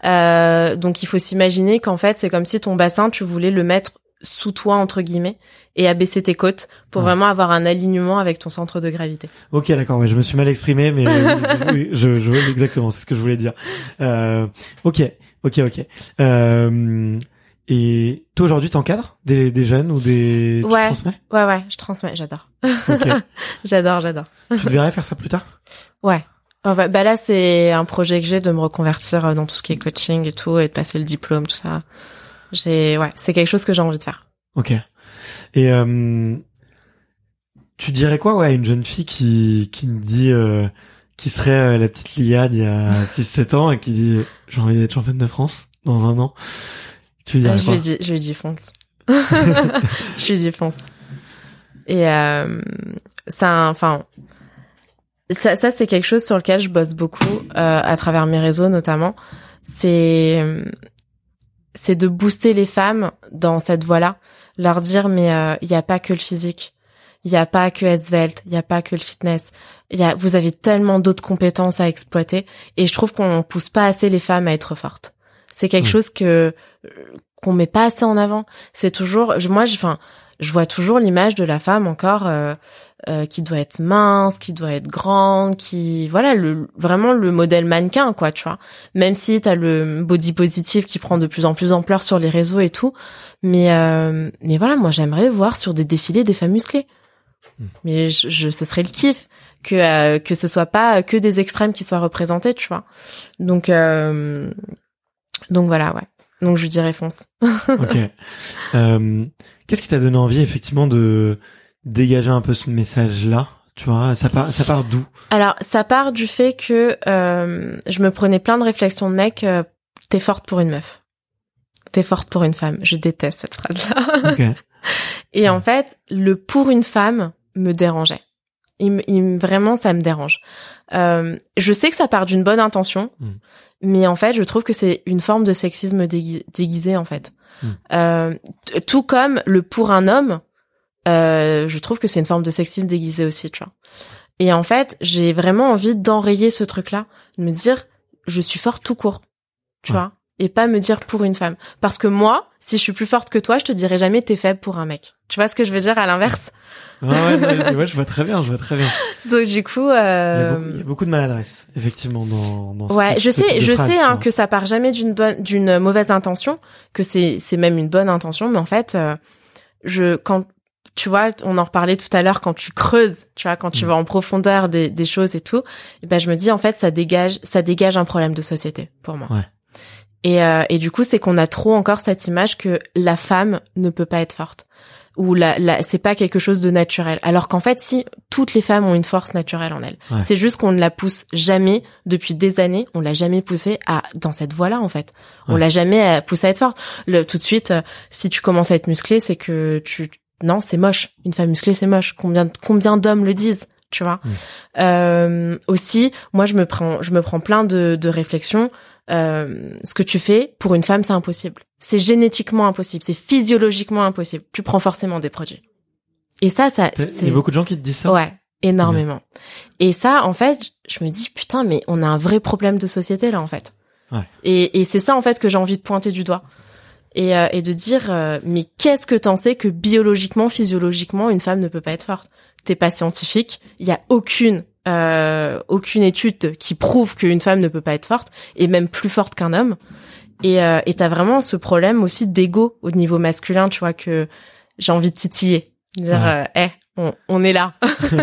Euh donc il faut s'imaginer qu'en fait, c'est comme si ton bassin, tu voulais le mettre sous toi entre guillemets et abaisser tes côtes pour ouais. vraiment avoir un alignement avec ton centre de gravité. Ok, d'accord, ouais, je me suis mal exprimé, mais oui, je, je vois exactement, c'est ce que je voulais dire. Euh, ok, ok, ok. Euh, et toi aujourd'hui, t'encadres des, des jeunes ou des ouais, tu transmets ouais, ouais, je transmets, j'adore. Okay. j'adore, j'adore. Tu te verrais faire ça plus tard? Ouais. Enfin, bah là, c'est un projet que j'ai de me reconvertir dans tout ce qui est coaching et tout et de passer le diplôme, tout ça. J'ai ouais, c'est quelque chose que j'ai envie de faire. Ok. Et euh, tu dirais quoi ouais à une jeune fille qui qui me dit euh, qui serait euh, la petite Liad il y a six sept ans et qui dit j'ai envie d'être championne de France dans un an. Tu lui dirais ah, je quoi? lui dis je lui dis fonce. je lui dis fonce. Et euh, ça, enfin, ça, ça c'est quelque chose sur lequel je bosse beaucoup euh, à travers mes réseaux notamment. C'est, c'est de booster les femmes dans cette voie-là, leur dire mais il euh, y a pas que le physique, il y a pas que être svelte, il y a pas que le fitness. Il y a, vous avez tellement d'autres compétences à exploiter, et je trouve qu'on pousse pas assez les femmes à être fortes. C'est quelque mmh. chose que qu'on met pas assez en avant. C'est toujours, moi, je, enfin, je vois toujours l'image de la femme encore euh, euh, qui doit être mince, qui doit être grande, qui, voilà, le vraiment le modèle mannequin, quoi, tu vois. Même si t'as le body positive qui prend de plus en plus d'ampleur sur les réseaux et tout, mais euh, mais voilà, moi, j'aimerais voir sur des défilés des femmes musclées. Mmh. Mais je, je, ce serait le kiff. que euh, que ce soit pas que des extrêmes qui soient représentés, tu vois. Donc euh, donc voilà, ouais. Donc je dirais fonce. Ok. Euh, qu'est-ce qui t'a donné envie effectivement de dégager un peu ce message-là, tu vois? Ça part ça part d'où? Alors ça part du fait que euh, je me prenais plein de réflexions de mecs. Euh, t'es forte pour une meuf. T'es forte pour une femme. Je déteste cette phrase-là. Okay. Et en fait, le pour une femme me dérangeait. Il, il, vraiment, ça me dérange. Euh, je sais que ça part d'une bonne intention, mmh. mais en fait, je trouve que c'est une forme de sexisme déguisé, déguisé en fait. Mmh. Euh, t- tout comme le pour un homme, euh, je trouve que c'est une forme de sexisme déguisé aussi, tu vois. Et en fait, j'ai vraiment envie d'enrayer ce truc-là, de me dire, je suis forte tout court, tu ouais. vois, et pas me dire pour une femme. Parce que moi, si je suis plus forte que toi, je te dirai jamais t'es faible pour un mec. Tu vois ce que je veux dire à l'inverse? Ouais, ouais, ouais, je vois très bien, je vois très bien. Donc du coup, euh... il, y a beaucoup, il y a beaucoup de maladresse, effectivement, dans. dans ouais, ce, je ce sais, je phrases, sais hein, que ça part jamais d'une bonne, d'une mauvaise intention, que c'est, c'est même une bonne intention, mais en fait, euh, je, quand, tu vois, on en reparlait tout à l'heure, quand tu creuses, tu vois, quand tu mmh. vas en profondeur des, des choses et tout, et ben je me dis en fait, ça dégage, ça dégage un problème de société pour moi. Ouais. Et euh, et du coup, c'est qu'on a trop encore cette image que la femme ne peut pas être forte. Ou la, la, c'est pas quelque chose de naturel. Alors qu'en fait, si, toutes les femmes ont une force naturelle en elles. Ouais. C'est juste qu'on ne la pousse jamais, depuis des années, on l'a jamais poussée à, dans cette voie-là, en fait. Ouais. On l'a jamais poussée à être forte. Le, tout de suite, euh, si tu commences à être musclée, c'est que tu, non, c'est moche. Une femme musclée, c'est moche. Combien, combien d'hommes le disent, tu vois? Mmh. Euh, aussi, moi, je me prends, je me prends plein de, de réflexions. Euh, ce que tu fais, pour une femme, c'est impossible. C'est génétiquement impossible, c'est physiologiquement impossible. Tu prends forcément des produits. Et ça, ça, c'est... Il y a beaucoup de gens qui te disent ça? Ouais, énormément. Ouais. Et ça, en fait, je me dis, putain, mais on a un vrai problème de société, là, en fait. Ouais. Et, et c'est ça, en fait, que j'ai envie de pointer du doigt. Et, euh, et de dire, euh, mais qu'est-ce que t'en sais que biologiquement, physiologiquement, une femme ne peut pas être forte? T'es pas scientifique, il y a aucune euh, aucune étude qui prouve qu'une femme ne peut pas être forte, et même plus forte qu'un homme. Et euh, et t'as vraiment ce problème aussi d'ego au niveau masculin, tu vois, que j'ai envie de titiller, dire, euh, hey, on, on est là,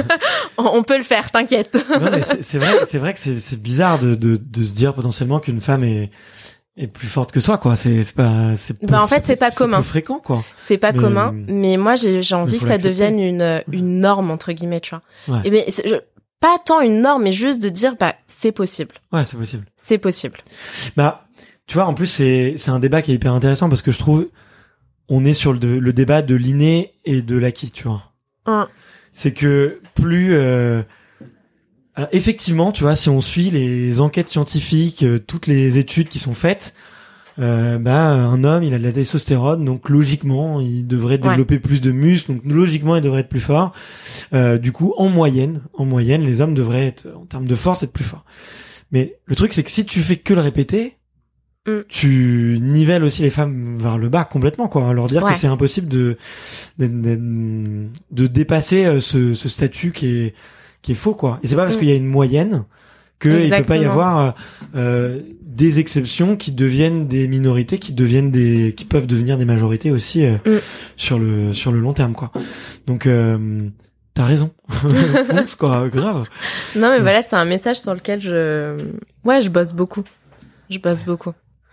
on peut le faire, t'inquiète. Non, mais c'est, c'est vrai, c'est vrai que c'est, c'est bizarre de, de de se dire potentiellement qu'une femme est est plus forte que soi, quoi. C'est c'est pas c'est bah en fait c'est, c'est pas c'est commun. C'est fréquent, quoi. C'est pas mais, commun, mais moi j'ai j'ai envie que ça l'accepter. devienne une une norme entre guillemets, tu vois. Ouais. Et ben je, pas tant une norme, mais juste de dire bah c'est possible. Ouais, c'est possible. C'est possible. Bah tu vois, en plus c'est c'est un débat qui est hyper intéressant parce que je trouve on est sur le le débat de l'inné et de l'acquis, tu vois. Hum. C'est que plus euh, alors, effectivement, tu vois, si on suit les enquêtes scientifiques, euh, toutes les études qui sont faites, euh, bah un homme, il a de la testostérone, donc logiquement, il devrait développer ouais. plus de muscles, donc logiquement, il devrait être plus fort. Euh, du coup, en moyenne, en moyenne, les hommes devraient être, en termes de force, être plus forts. Mais le truc, c'est que si tu fais que le répéter, mm. tu nivelles aussi les femmes vers le bas complètement, quoi. Leur dire ouais. que c'est impossible de de, de, de dépasser ce, ce statut qui est qui est faux, quoi. Et c'est pas parce mmh. qu'il y a une moyenne que Exactement. il peut pas y avoir euh, des exceptions qui deviennent des minorités, qui deviennent des, qui peuvent devenir des majorités aussi euh, mmh. sur le sur le long terme, quoi. Donc euh, t'as raison, fonce, quoi, grave. Non mais ouais. voilà, c'est un message sur lequel je, ouais, je bosse beaucoup, je bosse beaucoup.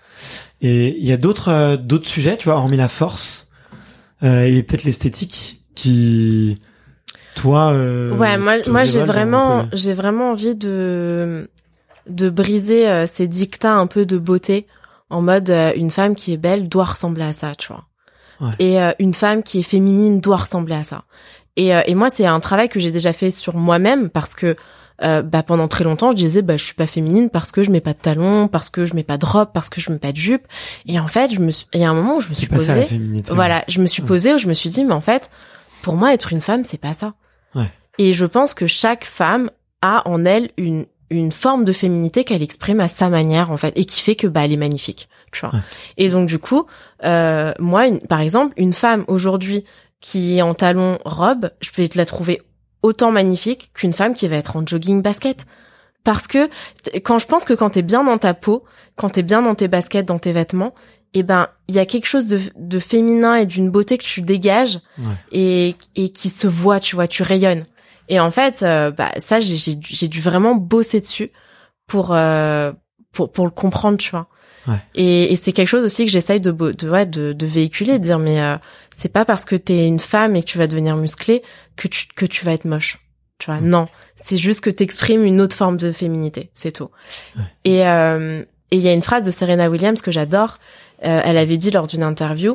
Et il y a d'autres euh, d'autres sujets, tu vois, hormis la force euh, et peut-être l'esthétique qui Toi, euh, ouais, moi, moi, j'ai vraiment, j'ai vraiment envie de, de briser euh, ces dictats un peu de beauté, en mode euh, une femme qui est belle doit ressembler à ça, tu vois. Ouais. Et euh, une femme qui est féminine doit ressembler à ça. Et, euh, et moi, c'est un travail que j'ai déjà fait sur moi-même parce que euh, bah, pendant très longtemps, je disais bah je suis pas féminine parce que je mets pas de talons, parce que je mets pas de robe, parce que je mets pas de jupe. Et en fait, je me suis... il y a un moment où je me suis posée. C'est pas ça la féminité. Voilà, je me suis posée où je me suis dit mais en fait, pour moi, être une femme, c'est pas ça. Ouais. Et je pense que chaque femme a en elle une une forme de féminité qu'elle exprime à sa manière en fait et qui fait que bah elle est magnifique, tu vois. Ouais. Et donc du coup, euh, moi, une, par exemple, une femme aujourd'hui qui est en talons robe, je peux te la trouver autant magnifique qu'une femme qui va être en jogging basket. Parce que quand je pense que quand t'es bien dans ta peau, quand t'es bien dans tes baskets, dans tes vêtements, eh ben il y a quelque chose de, de féminin et d'une beauté que tu dégages ouais. et, et qui se voit, tu vois, tu rayonnes. Et en fait, euh, bah ça j'ai, j'ai, j'ai dû vraiment bosser dessus pour euh, pour pour le comprendre, tu vois. Ouais. Et, et c'est quelque chose aussi que j'essaye de de ouais, de, de véhiculer, de dire mais euh, c'est pas parce que t'es une femme et que tu vas devenir musclée que tu que tu vas être moche. Tu vois, mmh. non, c'est juste que t'exprimes une autre forme de féminité, c'est tout. Ouais. Et euh, et il y a une phrase de Serena Williams que j'adore. Euh, elle avait dit lors d'une interview,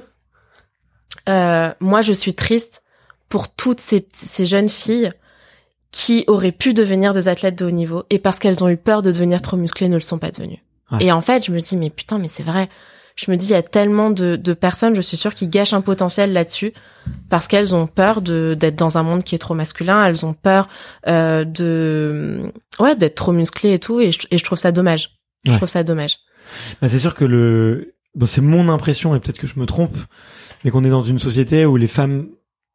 euh, moi je suis triste pour toutes ces ces jeunes filles qui auraient pu devenir des athlètes de haut niveau et parce qu'elles ont eu peur de devenir trop musclées ne le sont pas devenues. Ouais. Et en fait, je me dis mais putain, mais c'est vrai. Je me dis il y a tellement de de personnes, je suis sûre, qui gâchent un potentiel là-dessus parce qu'elles ont peur de d'être dans un monde qui est trop masculin, elles ont peur euh, de ouais, d'être trop musclées et tout et je, et je trouve ça dommage. Je ouais. trouve ça dommage. Bah c'est sûr que le bon, c'est mon impression et peut-être que je me trompe, mais qu'on est dans une société où les femmes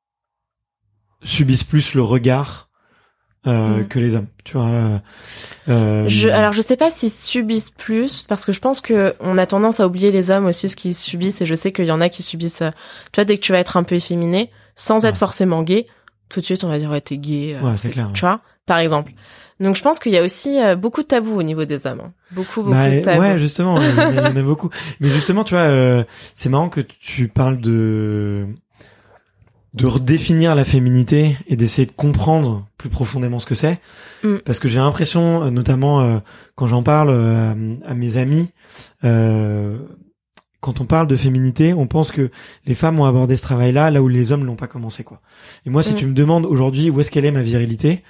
subissent plus le regard Euh, mmh. que les hommes, tu vois. Euh, je, alors je sais pas s'ils subissent plus, parce que je pense que on a tendance à oublier les hommes aussi ce qu'ils subissent, et je sais qu'il y en a qui subissent. Tu vois, dès que tu vas être un peu efféminé, sans ouais. être forcément gay, tout de suite on va dire ouais t'es gay. Ouais, c'est clair. Tu ouais. vois, par exemple. Donc je pense qu'il y a aussi euh, beaucoup de tabous au niveau des hommes, hein. beaucoup beaucoup bah, de tabous. Ouais, justement, il y en a beaucoup. Mais justement, tu vois, euh, c'est marrant que tu parles de de redéfinir la féminité et d'essayer de comprendre plus profondément ce que c'est, mm. parce que j'ai l'impression, notamment euh, quand j'en parle euh, à mes amis, euh, quand on parle de féminité, on pense que les femmes ont abordé ce travail-là là où les hommes l'ont pas commencé, quoi. Et moi, si mm. tu me demandes aujourd'hui où est-ce qu'elle est ma virilité,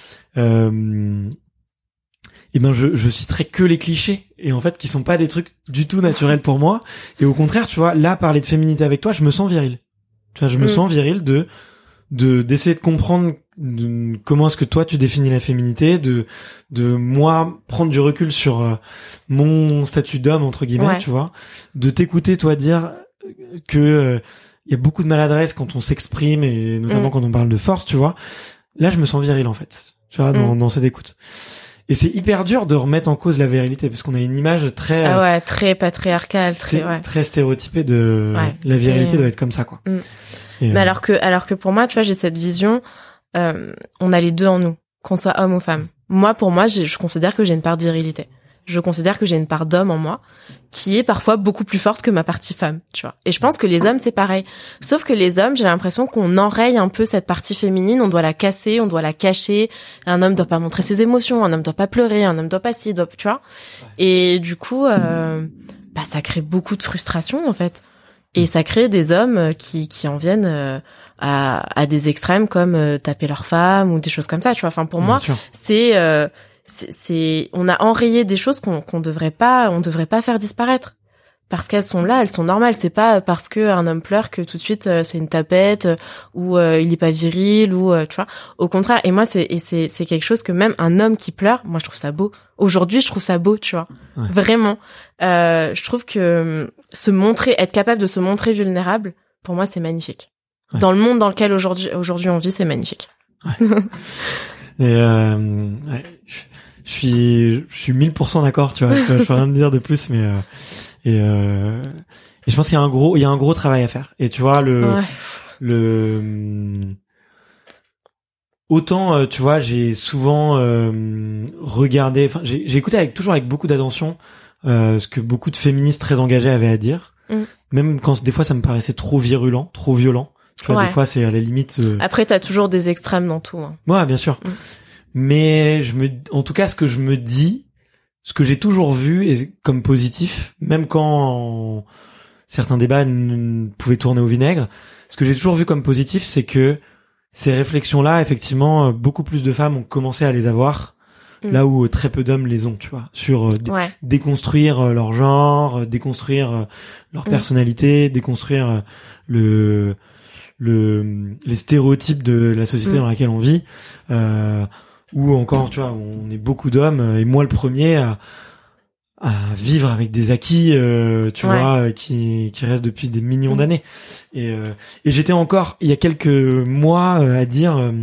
euh, et ben je, je citerai que les clichés, et en fait qui sont pas des trucs du tout naturels pour moi. Et au contraire, tu vois, là parler de féminité avec toi, je me sens viril. Tu vois, je me mmh. sens viril de de d'essayer de comprendre de, comment est-ce que toi tu définis la féminité, de de moi prendre du recul sur euh, mon statut d'homme entre guillemets, ouais. tu vois, de t'écouter toi dire que euh, il y a beaucoup de maladresse quand on s'exprime et notamment mmh. quand on parle de force, tu vois. Là, je me sens viril en fait, tu vois, dans, mmh. dans cette écoute. Et c'est hyper dur de remettre en cause la virilité parce qu'on a une image très ah ouais très patriarcale, très ouais. très stéréotypée de ouais, la virilité doit être comme ça, quoi. Mm. Et, mais euh... alors que alors que pour moi, tu vois, j'ai cette vision, euh, on a les deux en nous, qu'on soit homme ou femme. Moi, pour moi, j'ai, je considère que j'ai une part de virilité. Je considère que j'ai une part d'homme en moi qui est parfois beaucoup plus forte que ma partie femme, tu vois. Et je pense que les hommes, c'est pareil. Sauf que les hommes, j'ai l'impression qu'on enraye un peu cette partie féminine, on doit la casser, on doit la cacher. Un homme doit pas montrer ses émotions, un homme doit pas pleurer, un homme doit pas ci, doit, tu vois. Et du coup, euh, bah, ça crée beaucoup de frustration, en fait. Et ça crée des hommes qui, qui en viennent euh, à, à des extrêmes comme euh, taper leur femme ou des choses comme ça, tu vois. Enfin, pour Bien moi, sûr. c'est... Euh, C'est, c'est, on a enrayé des choses qu'on, qu'on devrait pas, on devrait pas faire disparaître. Parce qu'elles sont là, elles sont normales. C'est pas parce que un homme pleure que tout de suite euh, c'est une tapette euh, ou euh, il est pas viril ou euh, tu vois. Au contraire. Et moi c'est, et c'est, c'est quelque chose que même un homme qui pleure, moi je trouve ça beau. Aujourd'hui je trouve ça beau, tu vois. Ouais. Vraiment. Euh, je trouve que se montrer, être capable de se montrer vulnérable, pour moi c'est magnifique. Ouais. Dans le monde dans lequel aujourd'hui, aujourd'hui on vit, c'est magnifique. Ouais. Et euh, ouais, je, je suis, je suis mille pour cent d'accord, tu vois. Je, je peux rien te dire de plus, mais euh, et, euh, et je pense qu'il y a un gros, il y a un gros travail à faire. Et tu vois le, ouais. le, autant, tu vois, j'ai souvent euh, regardé, enfin, j'ai, j'ai écouté avec toujours avec beaucoup d'attention euh, ce que beaucoup de féministes très engagées avaient à dire, mm. même quand des fois ça me paraissait trop virulent, trop violent. Tu vois, ouais. des fois, c'est à la limite... Euh... Après, t'as toujours des extrêmes dans tout. Hein. Ouais, bien sûr. Mm. Mais je me, en tout cas, ce que je me dis, ce que j'ai toujours vu et comme positif, même quand certains débats n- pouvaient tourner au vinaigre, ce que j'ai toujours vu comme positif, c'est que ces réflexions-là, effectivement, beaucoup plus de femmes ont commencé à les avoir. Mmh. Là où très peu d'hommes les ont, tu vois, sur euh, d- ouais. déconstruire euh, leur genre, euh, déconstruire euh, leur mmh. personnalité, déconstruire euh, le le les stéréotypes de la société mmh. dans laquelle on vit, euh, ou encore, tu vois, on est beaucoup d'hommes et moi le premier à à vivre avec des acquis, euh, tu ouais. vois, qui qui restent depuis des millions mmh. d'années. Et euh, et j'étais encore il y a quelques mois euh, à dire. Euh,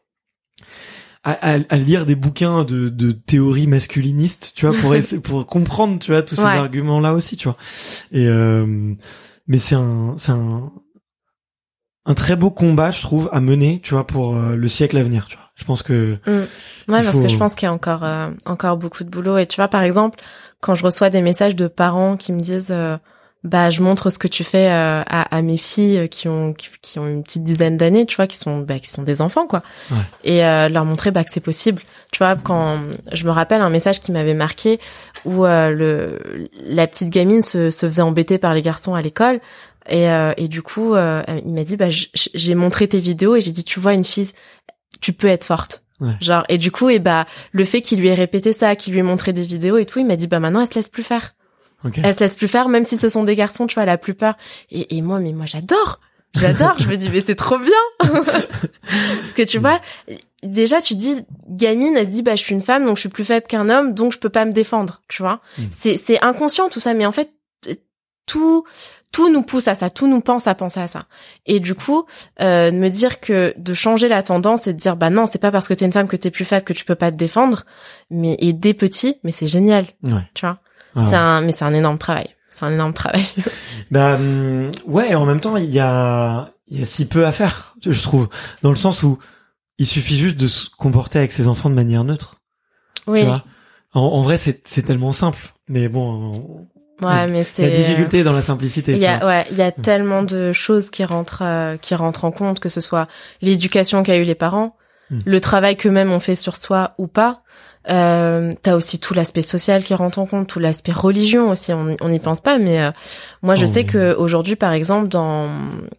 À, à, à lire des bouquins de, de théorie masculiniste, tu vois, pour essayer, pour comprendre, tu vois, tous ces ouais. arguments là aussi, tu vois. Et euh, mais c'est un c'est un un très beau combat, je trouve, à mener, tu vois, pour euh, le siècle à venir, tu vois. Je pense que mmh. ouais, parce faut... que je pense qu'il y a encore euh, encore beaucoup de boulot. Et tu vois, par exemple, quand je reçois des messages de parents qui me disent euh, bah je montre ce que tu fais euh, à, à mes filles qui ont qui, qui ont une petite dizaine d'années, tu vois, qui sont bah qui sont des enfants quoi, ouais. et euh, leur montrer bah que c'est possible, tu vois. Quand je me rappelle un message qui m'avait marqué où euh, le la petite gamine se, se faisait embêter par les garçons à l'école et euh, et du coup euh, il m'a dit bah j'ai montré tes vidéos et j'ai dit tu vois une fille, tu peux être forte. Ouais. Genre et du coup et bah le fait qu'il lui ait répété ça, qu'il lui ait montré des vidéos et tout, il m'a dit bah maintenant elle se laisse plus faire. Okay. Elle se laisse plus faire, même si ce sont des garçons, tu vois, la plupart. Et, et moi, mais moi, j'adore. J'adore. Je me dis, mais c'est trop bien. Parce que tu vois, déjà, tu dis, gamine, elle se dit, bah, je suis une femme, donc je suis plus faible qu'un homme, donc je peux pas me défendre, tu vois. Mm. C'est, c'est inconscient, tout ça, mais en fait, tout, tout nous pousse à ça, tout nous pense à penser à ça. Et du coup, euh, de me dire que de changer la tendance et de dire, bah non, c'est pas parce que t'es une femme que t'es plus faible que tu peux pas te défendre, mais, et des petits, mais c'est génial. Ouais. Tu vois. Ah c'est ouais. un, mais c'est un énorme travail. C'est un énorme travail. Bah hum, ouais, en même temps, il y a il y a si peu à faire, je trouve, dans le sens où il suffit juste de se comporter avec ses enfants de manière neutre. Oui. Tu vois. En, en vrai, c'est c'est tellement simple, mais bon. On... Ouais, mais c'est. La difficulté dans la simplicité. Il y a, tu vois. ouais, il y a tellement de choses qui rentrent, euh, qui rentrent en compte, que ce soit l'éducation qu'a eu les parents, hum. le travail qu'eux-mêmes ont fait sur soi ou pas. Euh, t'as aussi tout l'aspect social qui rentre en compte, tout l'aspect religion aussi. On on n'y pense pas, mais euh, moi je oh, sais oui. que aujourd'hui, par exemple, dans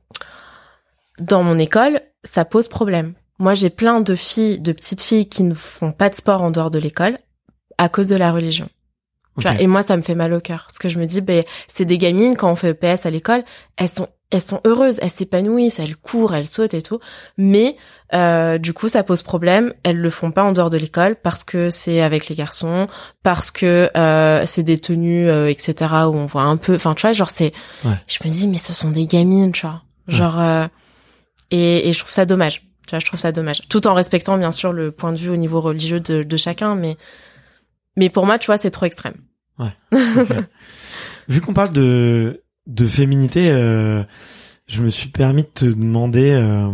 dans mon école, ça pose problème. Moi, j'ai plein de filles, de petites filles qui ne font pas de sport en dehors de l'école à cause de la religion. Okay. Tu vois, et moi, ça me fait mal au cœur parce que je me dis, ben, c'est des gamines quand on fait E P S à l'école, elles sont elles sont heureuses, elles s'épanouissent, elles courent, elles sautent et tout, mais euh, du coup ça pose problème, elles le font pas en dehors de l'école parce que c'est avec les garçons, parce que euh, c'est des tenues euh, et cetera où on voit un peu, enfin tu vois, genre c'est, ouais. je me dis mais ce sont des gamines, tu vois, genre ouais. euh, et, et je trouve ça dommage, tu vois, je trouve ça dommage, tout en respectant bien sûr le point de vue au niveau religieux de, de chacun, mais mais pour moi tu vois c'est trop extrême. Ouais. Okay. Vu qu'on parle de de féminité, euh, je me suis permis de te demander euh,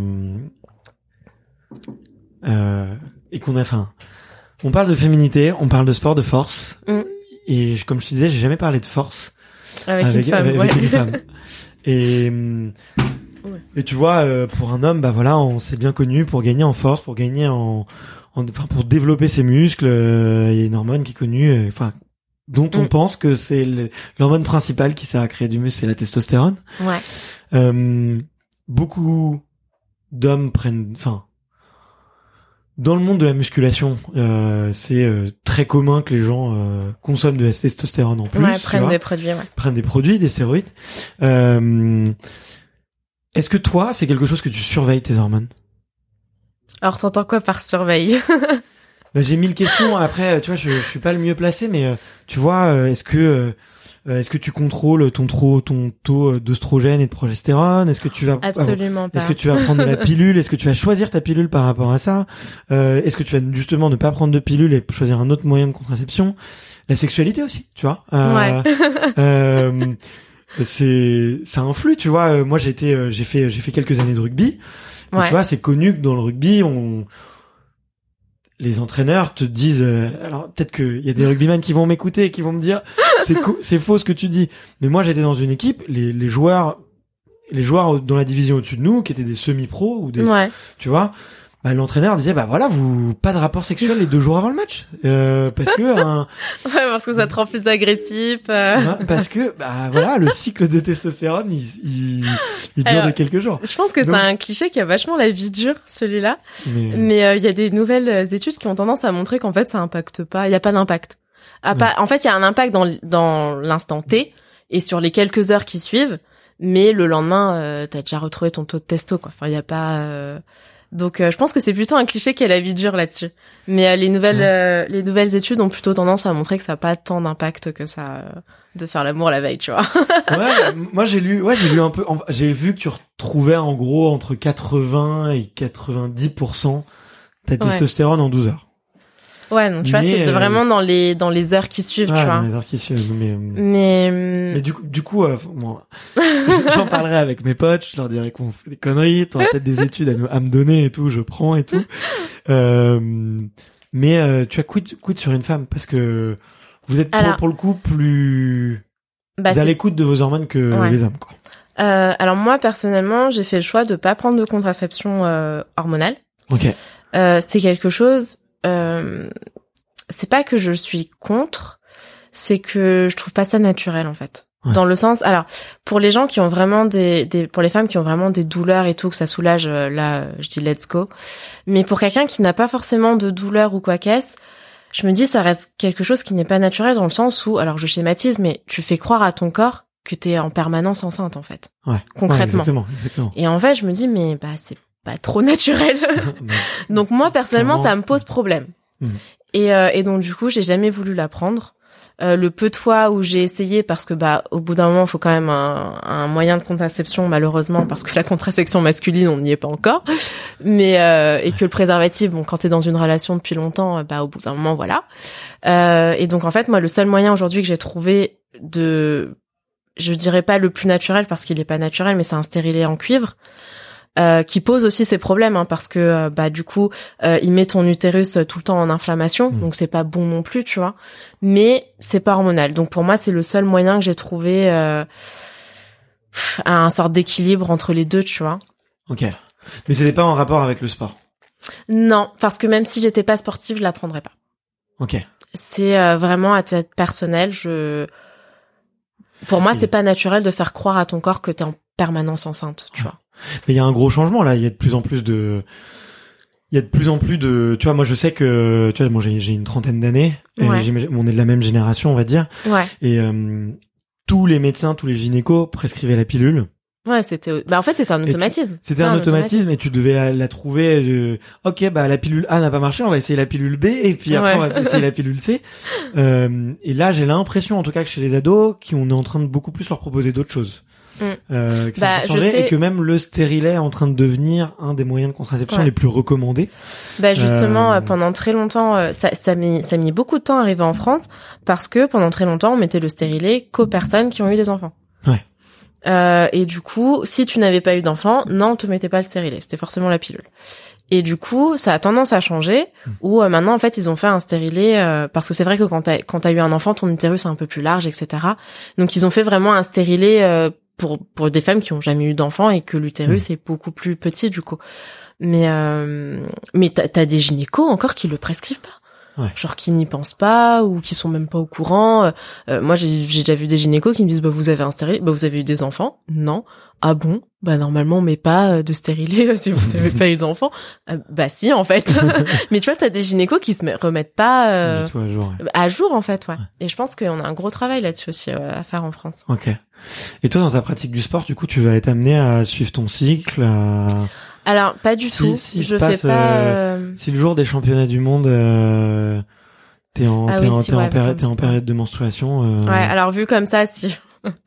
euh, et qu'on a, enfin, on parle de féminité, on parle de sport de force, mm. et comme je te disais, j'ai jamais parlé de force avec, avec une femme. Avec, ouais. avec une femme. Et ouais. et tu vois, euh, pour un homme, bah voilà, on s'est bien connu pour gagner en force, pour gagner en, en enfin pour développer ses muscles. Euh, il y a une hormone qui est connue, enfin. Euh, dont on mm. pense que c'est le, l'hormone principale qui sert à créer du muscle, c'est la testostérone. Ouais. Euh, beaucoup d'hommes prennent, enfin, dans le monde de la musculation, euh, c'est euh, très commun que les gens euh, consomment de la testostérone en plus. Ouais, prennent des produits, ouais. Prennent des produits, des stéroïdes. Euh, est-ce que toi, c'est quelque chose que tu surveilles tes hormones? Alors, t'entends quoi par surveille? Bah, j'ai mille questions. Après, tu vois, je, je suis pas le mieux placé, mais euh, tu vois, euh, est-ce que euh, est-ce que tu contrôles ton trop ton taux d'œstrogène et de progestérone? Est-ce que tu vas absolument euh, pas. Est-ce que tu vas prendre de la pilule? Est-ce que tu vas choisir ta pilule par rapport à ça? euh, Est-ce que tu vas justement ne pas prendre de pilule et choisir un autre moyen de contraception? La sexualité aussi, tu vois. Euh, ouais. euh, c'est ça influe, tu vois. Moi, j'ai été, j'ai fait, j'ai fait quelques années de rugby. Ouais. Tu vois, c'est connu que dans le rugby, on les entraîneurs te disent, euh, alors peut-être qu'il y a des rugbymen qui vont m'écouter et qui vont me dire c'est co- c'est faux ce que tu dis, mais moi j'étais dans une équipe, les les joueurs les joueurs dans la division au-dessus de nous qui étaient des semi-pros ou des, ouais. tu vois, bah, l'entraîneur disait, bah voilà, vous pas de rapport sexuel les deux jours avant le match, euh, parce que un, ouais, parce que ça te rend plus agressif. Euh... Ouais, parce que bah voilà, le cycle de testostérone, il, il, il dure Alors, de quelques jours. Je pense que Donc... c'est un cliché qui a vachement la vie dure, celui-là. Mais il mais, euh, y a des nouvelles études qui ont tendance à montrer qu'en fait, ça impacte pas. Il y a pas d'impact. Ah, pas... En fait, il y a un impact dans dans l'instant T et sur les quelques heures qui suivent. Mais le lendemain, euh, t'as déjà retrouvé ton taux de testo, quoi. Enfin, il y a pas. Euh... Donc, euh, je pense que c'est plutôt un cliché qui a la vie dure là-dessus. Mais euh, les nouvelles, euh, les nouvelles études ont plutôt tendance à montrer que ça n'a pas tant d'impact que ça euh, de faire l'amour la veille, tu vois. Ouais, moi j'ai lu, ouais, j'ai lu un peu. J'ai vu que tu retrouvais en gros entre quatre-vingts et quatre-vingt-dix pour cent ta testostérone ouais. en douze heures. Ouais, donc tu mais vois, c'est euh... vraiment dans les dans les heures qui suivent, ouais, tu vois. Dans les heures qui suivent. Mais mais, mais du coup, du coup, euh, moi, j'en parlerai avec mes potes. Je leur dirai qu'on fait des conneries. T'auras peut-être des études à, nous, à me donner et tout. Je prends et tout. Euh, mais euh, tu as quid quid sur une femme parce que vous êtes alors, pour, pour le coup plus bah, à l'écoute de vos hormones que ouais. les hommes, quoi. Euh, alors moi personnellement, j'ai fait le choix de pas prendre de contraception euh, hormonale. Ok. Euh, c'est quelque chose. Euh, c'est pas que je suis contre, c'est que je trouve pas ça naturel en fait. Ouais. Dans le sens, alors pour les gens qui ont vraiment des, des, pour les femmes qui ont vraiment des douleurs et tout, que ça soulage, euh, là, je dis let's go. Mais pour quelqu'un qui n'a pas forcément de douleur ou quoi qu'est-ce, je me dis ça reste quelque chose qui n'est pas naturel dans le sens où, alors je schématise, mais tu fais croire à ton corps que t'es en permanence enceinte en fait. Ouais. Concrètement. Ouais, exactement, exactement. Et en fait, je me dis mais bah c'est pas trop naturel. Donc moi personnellement ça me pose problème. Mmh. Et, euh, et donc du coup j'ai jamais voulu la prendre. Euh, le peu de fois où j'ai essayé, parce que bah au bout d'un moment il faut quand même un, un moyen de contraception malheureusement, parce que la contraception masculine on n'y est pas encore. Mais euh, et que le préservatif, bon quand t'es dans une relation depuis longtemps, bah au bout d'un moment voilà. Euh, et donc en fait moi le seul moyen aujourd'hui que j'ai trouvé de, je dirais pas le plus naturel parce qu'il est pas naturel, mais c'est un stérilet en cuivre. Euh, qui pose aussi ses problèmes hein, parce que euh, bah du coup euh, il met ton utérus tout le temps en inflammation, mmh. donc c'est pas bon non plus, tu vois, mais c'est pas hormonal. Donc pour moi c'est le seul moyen que j'ai trouvé euh, un sorte d'équilibre entre les deux, tu vois. Ok, mais c'était pas en rapport avec le sport? Non, parce que même si j'étais pas sportive je la prendrais pas. Ok. C'est euh, vraiment à titre personnel, je pour moi, c'est pas naturel de faire croire à ton corps que t'es en permanence enceinte, tu vois. Mais il y a un gros changement là, il y a de plus en plus de il y a de plus en plus de tu vois, moi je sais que tu vois, moi j'ai j'ai une trentaine d'années, ouais. et on est de la même génération, on va dire. Ouais. Et euh, tous les médecins, tous les gynécos prescrivaient la pilule. Ouais, c'était bah en fait c'était un automatisme. Tu, c'était un, un automatisme, automatisme et tu devais la, la trouver euh, OK, bah la pilule A n'a pas marché, on va essayer la pilule B et puis après ouais. on va essayer la pilule C. Euh, et là, j'ai l'impression en tout cas que chez les ados qui on est en train de beaucoup plus leur proposer d'autres choses. Mm. Euh, que bah, je sais... et que même le stérilet est en train de devenir un des moyens de contraception ouais. les plus recommandés. Bah justement, euh... pendant très longtemps, ça, ça mis, ça a mis beaucoup de temps à arriver en France parce que pendant très longtemps, on mettait le stérilet qu'aux personnes qui ont eu des enfants. Ouais. Euh, et du coup, si tu n'avais pas eu d'enfant, non, on te mettait pas le stérilet, c'était forcément la pilule. Et du coup, ça a tendance à changer, mmh. où euh, maintenant, en fait, ils ont fait un stérilet, euh, parce que c'est vrai que quand t'as, quand t'as eu un enfant, ton utérus est un peu plus large, et cetera. Donc, ils ont fait vraiment un stérilet euh, pour pour des femmes qui ont jamais eu d'enfant et que l'utérus mmh. est beaucoup plus petit, du coup. Mais euh, mais t'as, t'as des gynécos encore qui le prescrivent pas. Ouais. Genre qui n'y pensent pas ou qui sont même pas au courant. Euh, moi, j'ai, j'ai déjà vu des gynécos qui me disent bah vous avez un stérilet, bah vous avez eu des enfants? Non. Ah bon? Bah normalement on met pas de stérilet si vous avez pas eu d'enfants. Euh, bah si en fait. Mais tu vois, t'as des gynécos qui se remettent pas euh, du tout à jour. Ouais. À jour en fait, ouais. ouais. Et je pense qu'on a un gros travail là-dessus aussi euh, à faire en France. Ok. Et toi, dans ta pratique du sport, du coup, tu vas être amené à suivre ton cycle. À... Alors pas du si, tout. Si je passe, fais pas. Euh, si le jour des championnats du monde, euh, t'es en ah t'es, oui, en, si, t'es, ouais, en péri- t'es en période de menstruation. Euh... Ouais. Alors vu comme ça, si.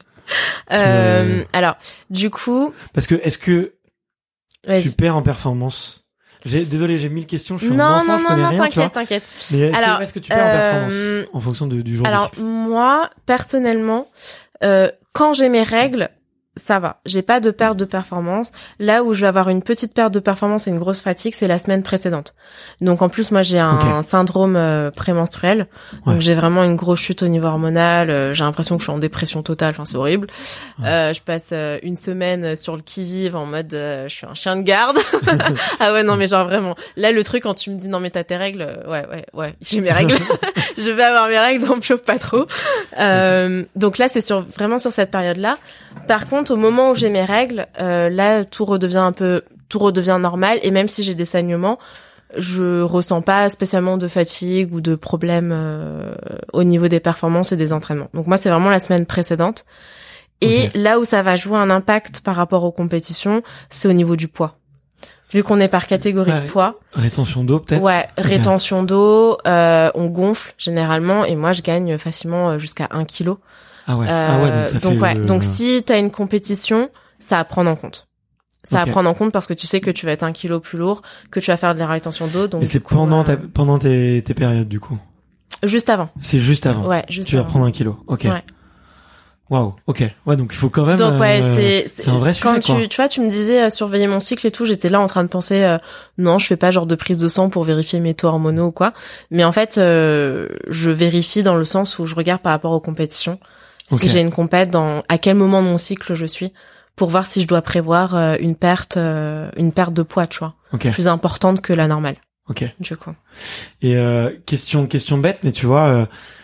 euh, alors du coup. Parce que est-ce que Vas-y. tu perds en performance? J'ai, désolé, j'ai mille questions. Je suis non, un enfant, non, je non, connais non, rien, t'inquiète, tu vois. t'inquiète. Mais est-ce, alors, que, est-ce que tu perds euh, en performance en fonction de, du jour? Alors moi, personnellement, euh, quand j'ai mes règles, ça va. J'ai pas de perte de performance. Là où je vais avoir une petite perte de performance et une grosse fatigue, c'est la semaine précédente. Donc en plus, moi, j'ai un, okay. un syndrome euh, prémenstruel. Ouais. Donc j'ai vraiment une grosse chute au niveau hormonal. Euh, j'ai l'impression que je suis en dépression totale. Enfin, c'est horrible. Ouais. Euh, je passe euh, une semaine sur le qui-vive en mode euh, je suis un chien de garde. Ah ouais, non, mais genre vraiment. Là, le truc, quand tu me dis non, mais t'as tes règles, euh, ouais, ouais, ouais, j'ai mes règles. Je vais avoir mes règles, donc me chauffe pas trop. Euh, okay. Donc là, c'est sur vraiment sur cette période-là. Par contre, au moment où j'ai mes règles, euh, là, tout redevient un peu, tout redevient normal. Et même si j'ai des saignements, je ressens pas spécialement de fatigue ou de problème euh, au niveau des performances et des entraînements. Donc moi, c'est vraiment la semaine précédente. Et okay. là où ça va jouer un impact par rapport aux compétitions, c'est au niveau du poids. Vu qu'on est par catégorie ouais, de poids. Rétention d'eau, peut-être? Ouais, okay. rétention d'eau, euh, on gonfle généralement, et moi, je gagne facilement jusqu'à un kilo. Ah ouais. Euh, ah ouais, donc ça donc, fait ouais. le... donc si t'as une compétition, ça à prendre en compte. Ça okay. à prendre en compte parce que tu sais que tu vas être un kilo plus lourd, que tu vas faire de la rétention d'eau. Donc et c'est coup, pendant, euh... ta, pendant tes, tes périodes, du coup? Juste avant. C'est juste avant? Ouais, juste tu avant. Tu vas prendre un kilo. Ok. Ouais. Waouh, ok. Ouais, donc il faut quand même. Donc ouais, euh, c'est, c'est un vrai sujet. Quand quoi. tu, tu vois, tu me disais euh, surveiller mon cycle et tout, j'étais là en train de penser, euh, non, je fais pas genre de prise de sang pour vérifier mes taux hormonaux ou quoi. Mais en fait, euh, je vérifie dans le sens où je regarde par rapport aux compétitions. Okay. Si j'ai une compète, dans à quel moment de mon cycle je suis, pour voir si je dois prévoir euh, une perte, euh, une perte de poids, tu vois, okay. plus importante que la normale. Ok. Du coup. Et euh, question, question bête, mais tu vois. Euh...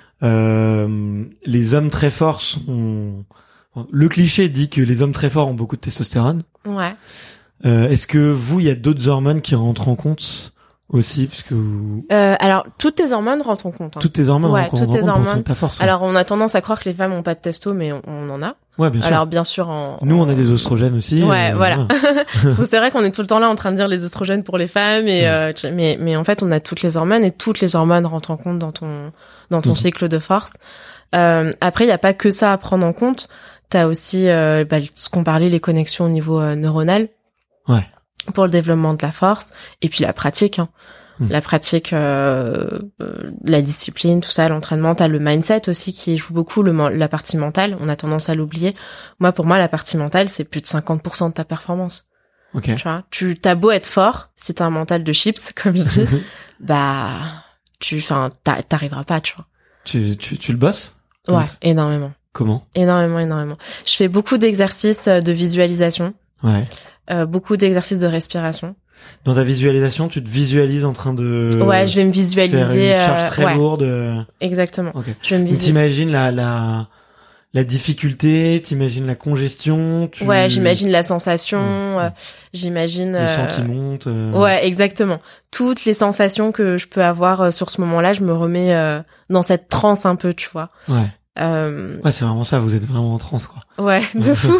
Euh, les hommes très forts sont... Le cliché dit que les hommes très forts ont beaucoup de testostérone. Ouais. Euh, est-ce que vous, il y a d'autres hormones qui rentrent en compte aussi, puisque vous... euh, alors toutes tes hormones rentrent en compte. Hein. Toutes tes hormones ouais, rentrent toutes en tes compte hormones. pour ta force. Ouais. Alors on a tendance à croire que les femmes ont pas de testo, mais on, on en a. Ouais, bien sûr. Alors bien sûr en. Nous, on a des oestrogènes aussi. Ouais, euh, voilà. C'est vrai qu'on est tout le temps là en train de dire les oestrogènes pour les femmes, et ouais. euh, mais mais en fait on a toutes les hormones et toutes les hormones rentrent en compte dans ton dans ton mmh. cycle de force. Euh, après, il y a pas que ça à prendre en compte. T'as aussi euh, bah, ce qu'on parlait, les connexions au niveau euh, neuronal. Ouais. Pour le développement de la force, et puis la pratique. Hein. Mmh. La pratique, euh, euh, la discipline, tout ça, l'entraînement. T'as le mindset aussi qui joue beaucoup, le la partie mentale. On a tendance à l'oublier. Moi, pour moi, la partie mentale, c'est plus de cinquante pour cent de ta performance. Ok. Tu vois, tu t'as beau être fort, si t'as un mental de chips, comme je dis, bah, tu, enfin, t'arriveras pas, tu vois. Tu, tu, tu le bosses? Ouais, énormément. Comment? Énormément, énormément. Je fais beaucoup d'exercices de visualisation. Ouais. Euh, beaucoup d'exercices de respiration. Dans ta visualisation, tu te visualises en train de... Ouais, je vais me visualiser... Faire une charge euh, très ouais. lourde. Exactement. Okay. Je vais me visualiser. T'imagines la, la, la difficulté, t'imagines la congestion. Tu... Ouais, j'imagine la sensation, ouais. euh, j'imagine... Le euh... sang qui monte. Euh... Ouais, exactement. Toutes les sensations que je peux avoir euh, sur ce moment-là, je me remets euh, dans cette transe un peu, tu vois. Ouais. Euh... Ouais, c'est vraiment ça, vous êtes vraiment en transe, quoi. Ouais, de fou.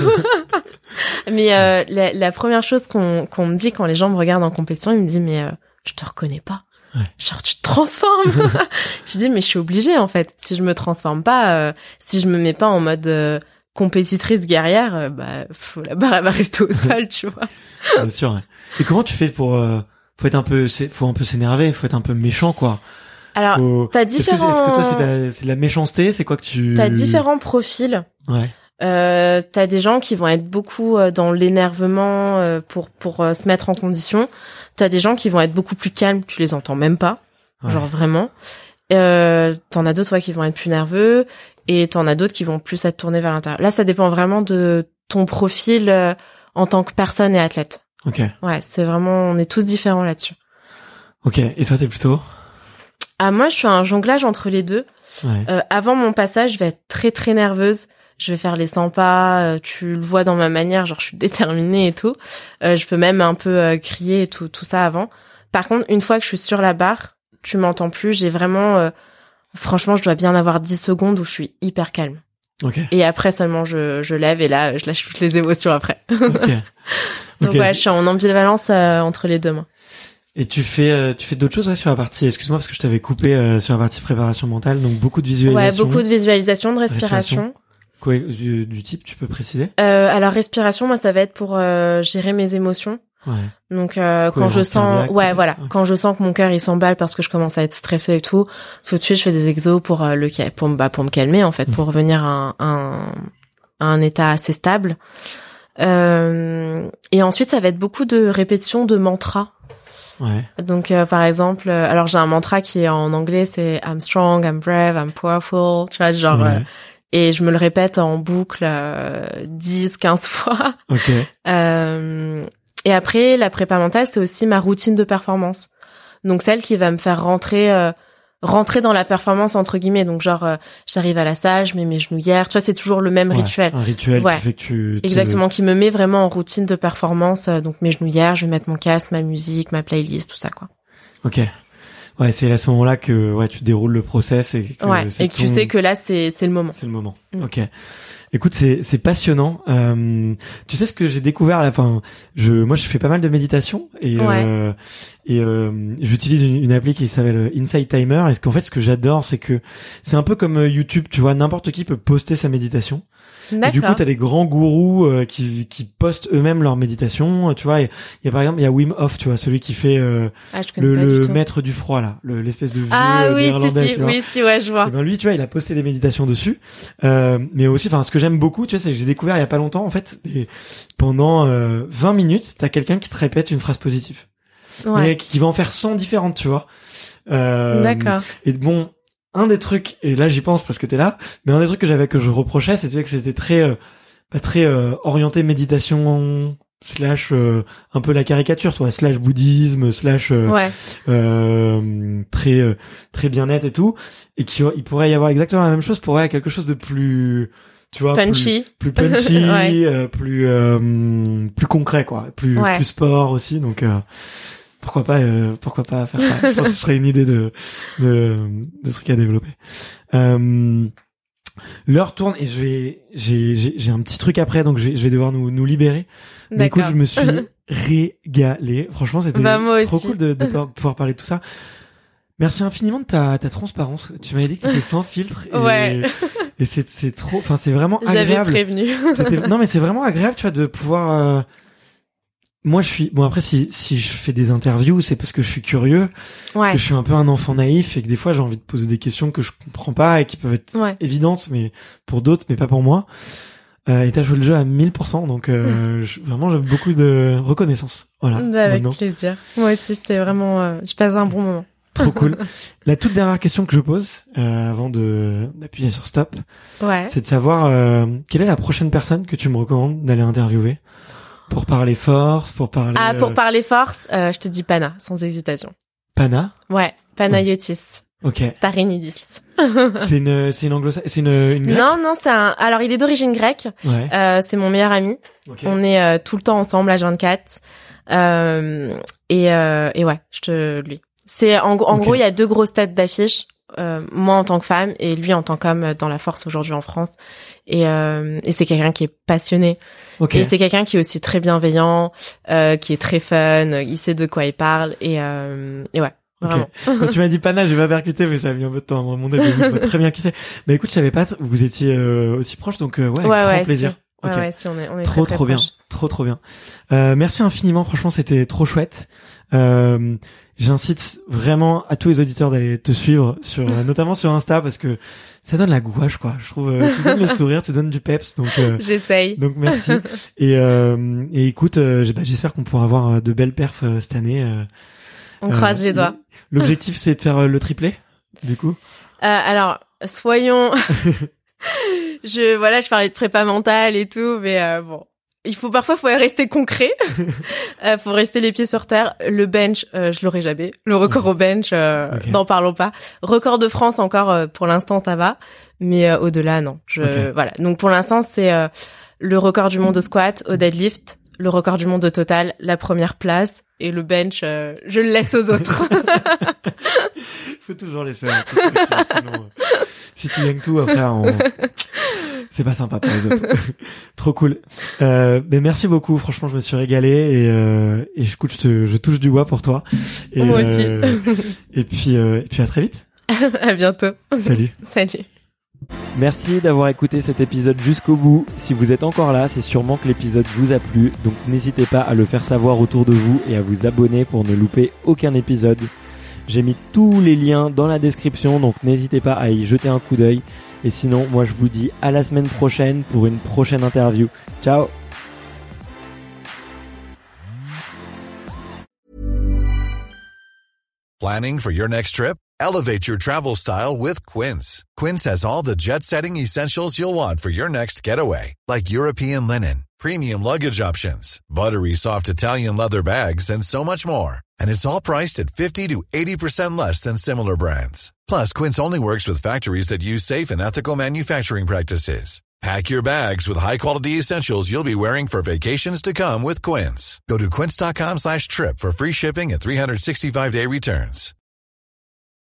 Mais euh, la, la première chose qu'on qu'on me dit quand les gens me regardent en compétition, ils me disent mais euh, je te reconnais pas. Ouais. Genre tu te transformes. Je dis mais je suis obligée en fait. Si je me transforme pas, euh, si je me mets pas en mode euh, compétitrice guerrière, euh, bah faut la barre elle va rester au sol, tu vois. Bien sûr. Ouais. Et comment tu fais pour euh, faut être un peu c'est faut un peu s'énerver, faut être un peu méchant quoi. Alors, faut... t'as différents... Est-ce que, est-ce que toi, c'est, ta... c'est de la méchanceté? C'est quoi que tu... T'as différents profils. Ouais. Euh, t'as des gens qui vont être beaucoup dans l'énervement euh, pour pour euh, se mettre en condition. T'as des gens qui vont être beaucoup plus calmes, tu les entends même pas. Ouais. Genre vraiment. Euh, t'en as d'autres ouais, qui vont être plus nerveux. Et t'en as d'autres qui vont plus être tournés vers l'intérieur. Là, ça dépend vraiment de ton profil euh, en tant que personne et athlète. Ok. Ouais, c'est vraiment... On est tous différents là-dessus. Ok. Et toi, t'es plutôt... Ah, moi, je suis un jonglage entre les deux. Ouais. Euh, avant mon passage, je vais être très, très nerveuse. Je vais faire les cent pas. Euh, tu le vois dans ma manière, genre, je suis déterminée et tout. Euh, je peux même un peu euh, crier et tout, tout ça avant. Par contre, une fois que je suis sur la barre, tu m'entends plus. J'ai vraiment... Euh, franchement, je dois bien avoir dix secondes où je suis hyper calme. Okay. Et après seulement, je, je lève et là, je lâche toutes les émotions après. Okay. Donc okay. ouais, je suis en ambivalence euh, entre les deux, moi. Et tu fais euh, tu fais d'autres choses ouais, sur la partie, excuse-moi parce que je t'avais coupé euh, sur la partie préparation mentale, donc beaucoup de visualisation. Ouais, beaucoup de visualisation, de respiration. respiration. Quoi, du, du type, tu peux préciser? euh, Alors respiration, moi ça va être pour euh, gérer mes émotions. Ouais. Donc euh, quand je sens, ouais voilà, okay. quand je sens que mon cœur il s'emballe parce que je commence à être stressée et tout, tout de suite je fais des exos pour euh, le pour bah pour me calmer en fait, mmh. pour revenir à un, un à un état assez stable. Euh, et ensuite, ça va être beaucoup de répétitions de mantras. Ouais. Donc, euh, par exemple, euh, alors j'ai un mantra qui est en anglais, c'est I'm strong, I'm brave, I'm powerful. Tu vois, genre, ouais. euh, et je me le répète en boucle euh, dix, quinze fois. Ok. Euh, et après, la prépa mentale, c'est aussi ma routine de performance. Donc, celle qui va me faire rentrer... Euh, rentrer dans la performance entre guillemets, donc genre euh, j'arrive à la salle, je mets mes genouillères, tu vois, c'est toujours le même ouais, rituel. Un rituel ouais. qui fait que tu te... exactement, qui me met vraiment en routine de performance, euh, donc mes genouillères, je vais mettre mon casque, ma musique, ma playlist, tout ça quoi. Ok. Ouais, c'est à ce moment-là que ouais tu déroules le process et que ouais, c'est et que ton... tu sais que là c'est c'est le moment. C'est le moment. Mm. Ok. Écoute, c'est c'est passionnant. Euh, tu sais ce que j'ai découvert à la fin. Je moi je fais pas mal de méditation et ouais. euh, et euh, j'utilise une, une appli qui s'appelle Insight Timer. Et ce qu'en fait ce que j'adore c'est que c'est un peu comme YouTube. Tu vois, n'importe qui peut poster sa méditation. D'accord. Et du coup, t'as des grands gourous euh, qui qui postent eux-mêmes leur méditation. Tu vois, il y a par exemple il y a Wim Hof, tu vois, celui qui fait euh, ah, le, pas le du tout. maître du froid là, le, l'espèce de vieux ah oui néerlandais. si si tu vois. oui si ouais je vois. Et ben lui, tu vois, il a posté des méditations dessus. Euh, mais aussi, enfin, ce que j'aime beaucoup, tu vois, c'est que j'ai découvert il y a pas longtemps, en fait, des, pendant euh, vingt minutes, t'as quelqu'un qui te répète une phrase positive, ouais. mais qui va en faire cent différentes, tu vois. Euh, D'accord. Et bon, un des trucs, et là j'y pense parce que t'es là, mais un des trucs que j'avais que je reprochais, c'est que c'était très, euh, pas très euh, orienté méditation. Slash euh, un peu la caricature, toi, slash bouddhisme, slash euh, ouais. euh, très euh, très bien-être et tout, et qu'il il pourrait y avoir exactement la même chose pour ouais, quelque chose de plus, tu vois, punchy, plus, plus punchy, ouais. euh, plus euh, plus concret quoi, plus ouais. plus sport aussi, donc euh, pourquoi pas euh, pourquoi pas faire ça. Je pense que ce serait une idée de de de truc à développer. Euh, L'heure tourne et je vais, j'ai, j'ai, j'ai un petit truc après, donc je vais, je vais devoir nous, nous libérer. Mais écoute, je me suis régalé. Franchement, c'était bah, trop aussi. cool de, de pouvoir parler de tout ça. Merci infiniment de ta, ta transparence. Tu m'avais dit que t'étais sans filtre. Et, ouais. Et c'est, c'est trop, enfin, c'est vraiment agréable. J'avais prévenu. C'était, non, mais c'est vraiment agréable, tu vois, de pouvoir, euh, moi, je suis, bon, après, si, si je fais des interviews, c'est parce que je suis curieux, ouais. que je suis un peu un enfant naïf et que des fois, j'ai envie de poser des questions que je comprends pas et qui peuvent être ouais. évidentes, mais pour d'autres, mais pas pour moi. Euh, et t'as joué le jeu à mille pour cent, donc, euh, je, vraiment, j'ai beaucoup de reconnaissance. Voilà. Bah, avec maintenant. plaisir. Moi aussi, c'était vraiment, euh, je passe un bon moment. Trop cool. La toute dernière question que je pose, euh, avant de, d'appuyer sur stop, ouais. c'est de savoir, euh, quelle est la prochaine personne que tu me recommandes d'aller interviewer? Pour parler force, pour parler... Ah, pour euh... parler force, euh, je te dis Pana, sans hésitation. Pana? Ouais, Panayotis. Ok. Tarinidis. c'est une, c'est une anglo, c'est une, une grecque? Non, non, c'est un, alors il est d'origine grecque. Ouais. Euh, c'est mon meilleur ami. Okay. On est euh, tout le temps ensemble, à vingt-quatre. Euh, et, euh, et ouais, je te, lui. C'est, en, en okay. gros, il y a deux grosses têtes d'affiche. Euh, moi en tant que femme et lui en tant qu'homme dans la force aujourd'hui en France. Et, euh, et c'est quelqu'un qui est passionné. Okay. Et c'est quelqu'un qui est aussi très bienveillant, euh, qui est très fun, il sait de quoi il parle. Et, euh, et ouais, vraiment. Okay. Quand tu m'as dit Pana, j'ai pas percuté, mais ça a mis un peu de temps à mon début. Je vois très bien qui c'est. Bah écoute, je savais pas, vous étiez euh, aussi proches, donc euh, ouais, ouais, grand ouais, plaisir. Si. Okay. Ouais, ouais, si on est, on est trop, très, très trop bien, trop, trop bien. Euh, merci infiniment, franchement, c'était trop chouette. Euh, J'incite vraiment à tous les auditeurs d'aller te suivre sur, notamment sur Insta, parce que ça donne la gouache, quoi. Je trouve, euh, tu donnes le sourire, tu donnes du peps, donc. Euh, J'essaye. Donc merci. et, euh, et écoute, euh, j'espère qu'on pourra avoir de belles perfs euh, cette année. Euh, On euh, croise les doigts. L'objectif, c'est de faire euh, le triplé, du coup. Euh, alors, soyons. je voilà, je parlais de prépa mentale et tout, mais euh, bon. Il faut parfois faut rester concret, euh, faut rester les pieds sur terre. Le bench, euh, je l'aurai jamais. Le record au bench, euh, okay. n'en parlons pas. Record de France encore, euh, pour l'instant ça va, mais euh, au-delà non. Je okay. Voilà. Donc pour l'instant c'est euh, le record du monde au squat, au deadlift, le record du monde au total, la première place et le bench, euh, je le laisse aux autres. Faut toujours laisser un petit truc, sinon, euh, si tu gagnes tout après on... c'est pas sympa pour les autres. Trop cool. Euh, mais merci beaucoup. Franchement, je me suis régalé et euh, et écoute, je te, je touche du bois pour toi. Et, moi euh, aussi. et puis euh, et puis à très vite. À bientôt. Salut. Salut. Merci d'avoir écouté cet épisode jusqu'au bout. Si vous êtes encore là, c'est sûrement que l'épisode vous a plu. Donc n'hésitez pas à le faire savoir autour de vous et à vous abonner pour ne louper aucun épisode. J'ai mis tous les liens dans la description, donc n'hésitez pas à y jeter un coup d'œil. Et sinon, moi je vous dis à la semaine prochaine pour une prochaine interview. Ciao. Planning for your next trip? Elevate your travel style with Quince. Quince has all the jet-setting essentials you'll want for your next getaway, like European linen, premium luggage options, buttery soft Italian leather bags, and so much more. And it's all priced at fifty to eighty percent less than similar brands. Plus, Quince only works with factories that use safe and ethical manufacturing practices. Pack your bags with high-quality essentials you'll be wearing for vacations to come with Quince. Go to quince.com slash trip for free shipping and three sixty-five day returns.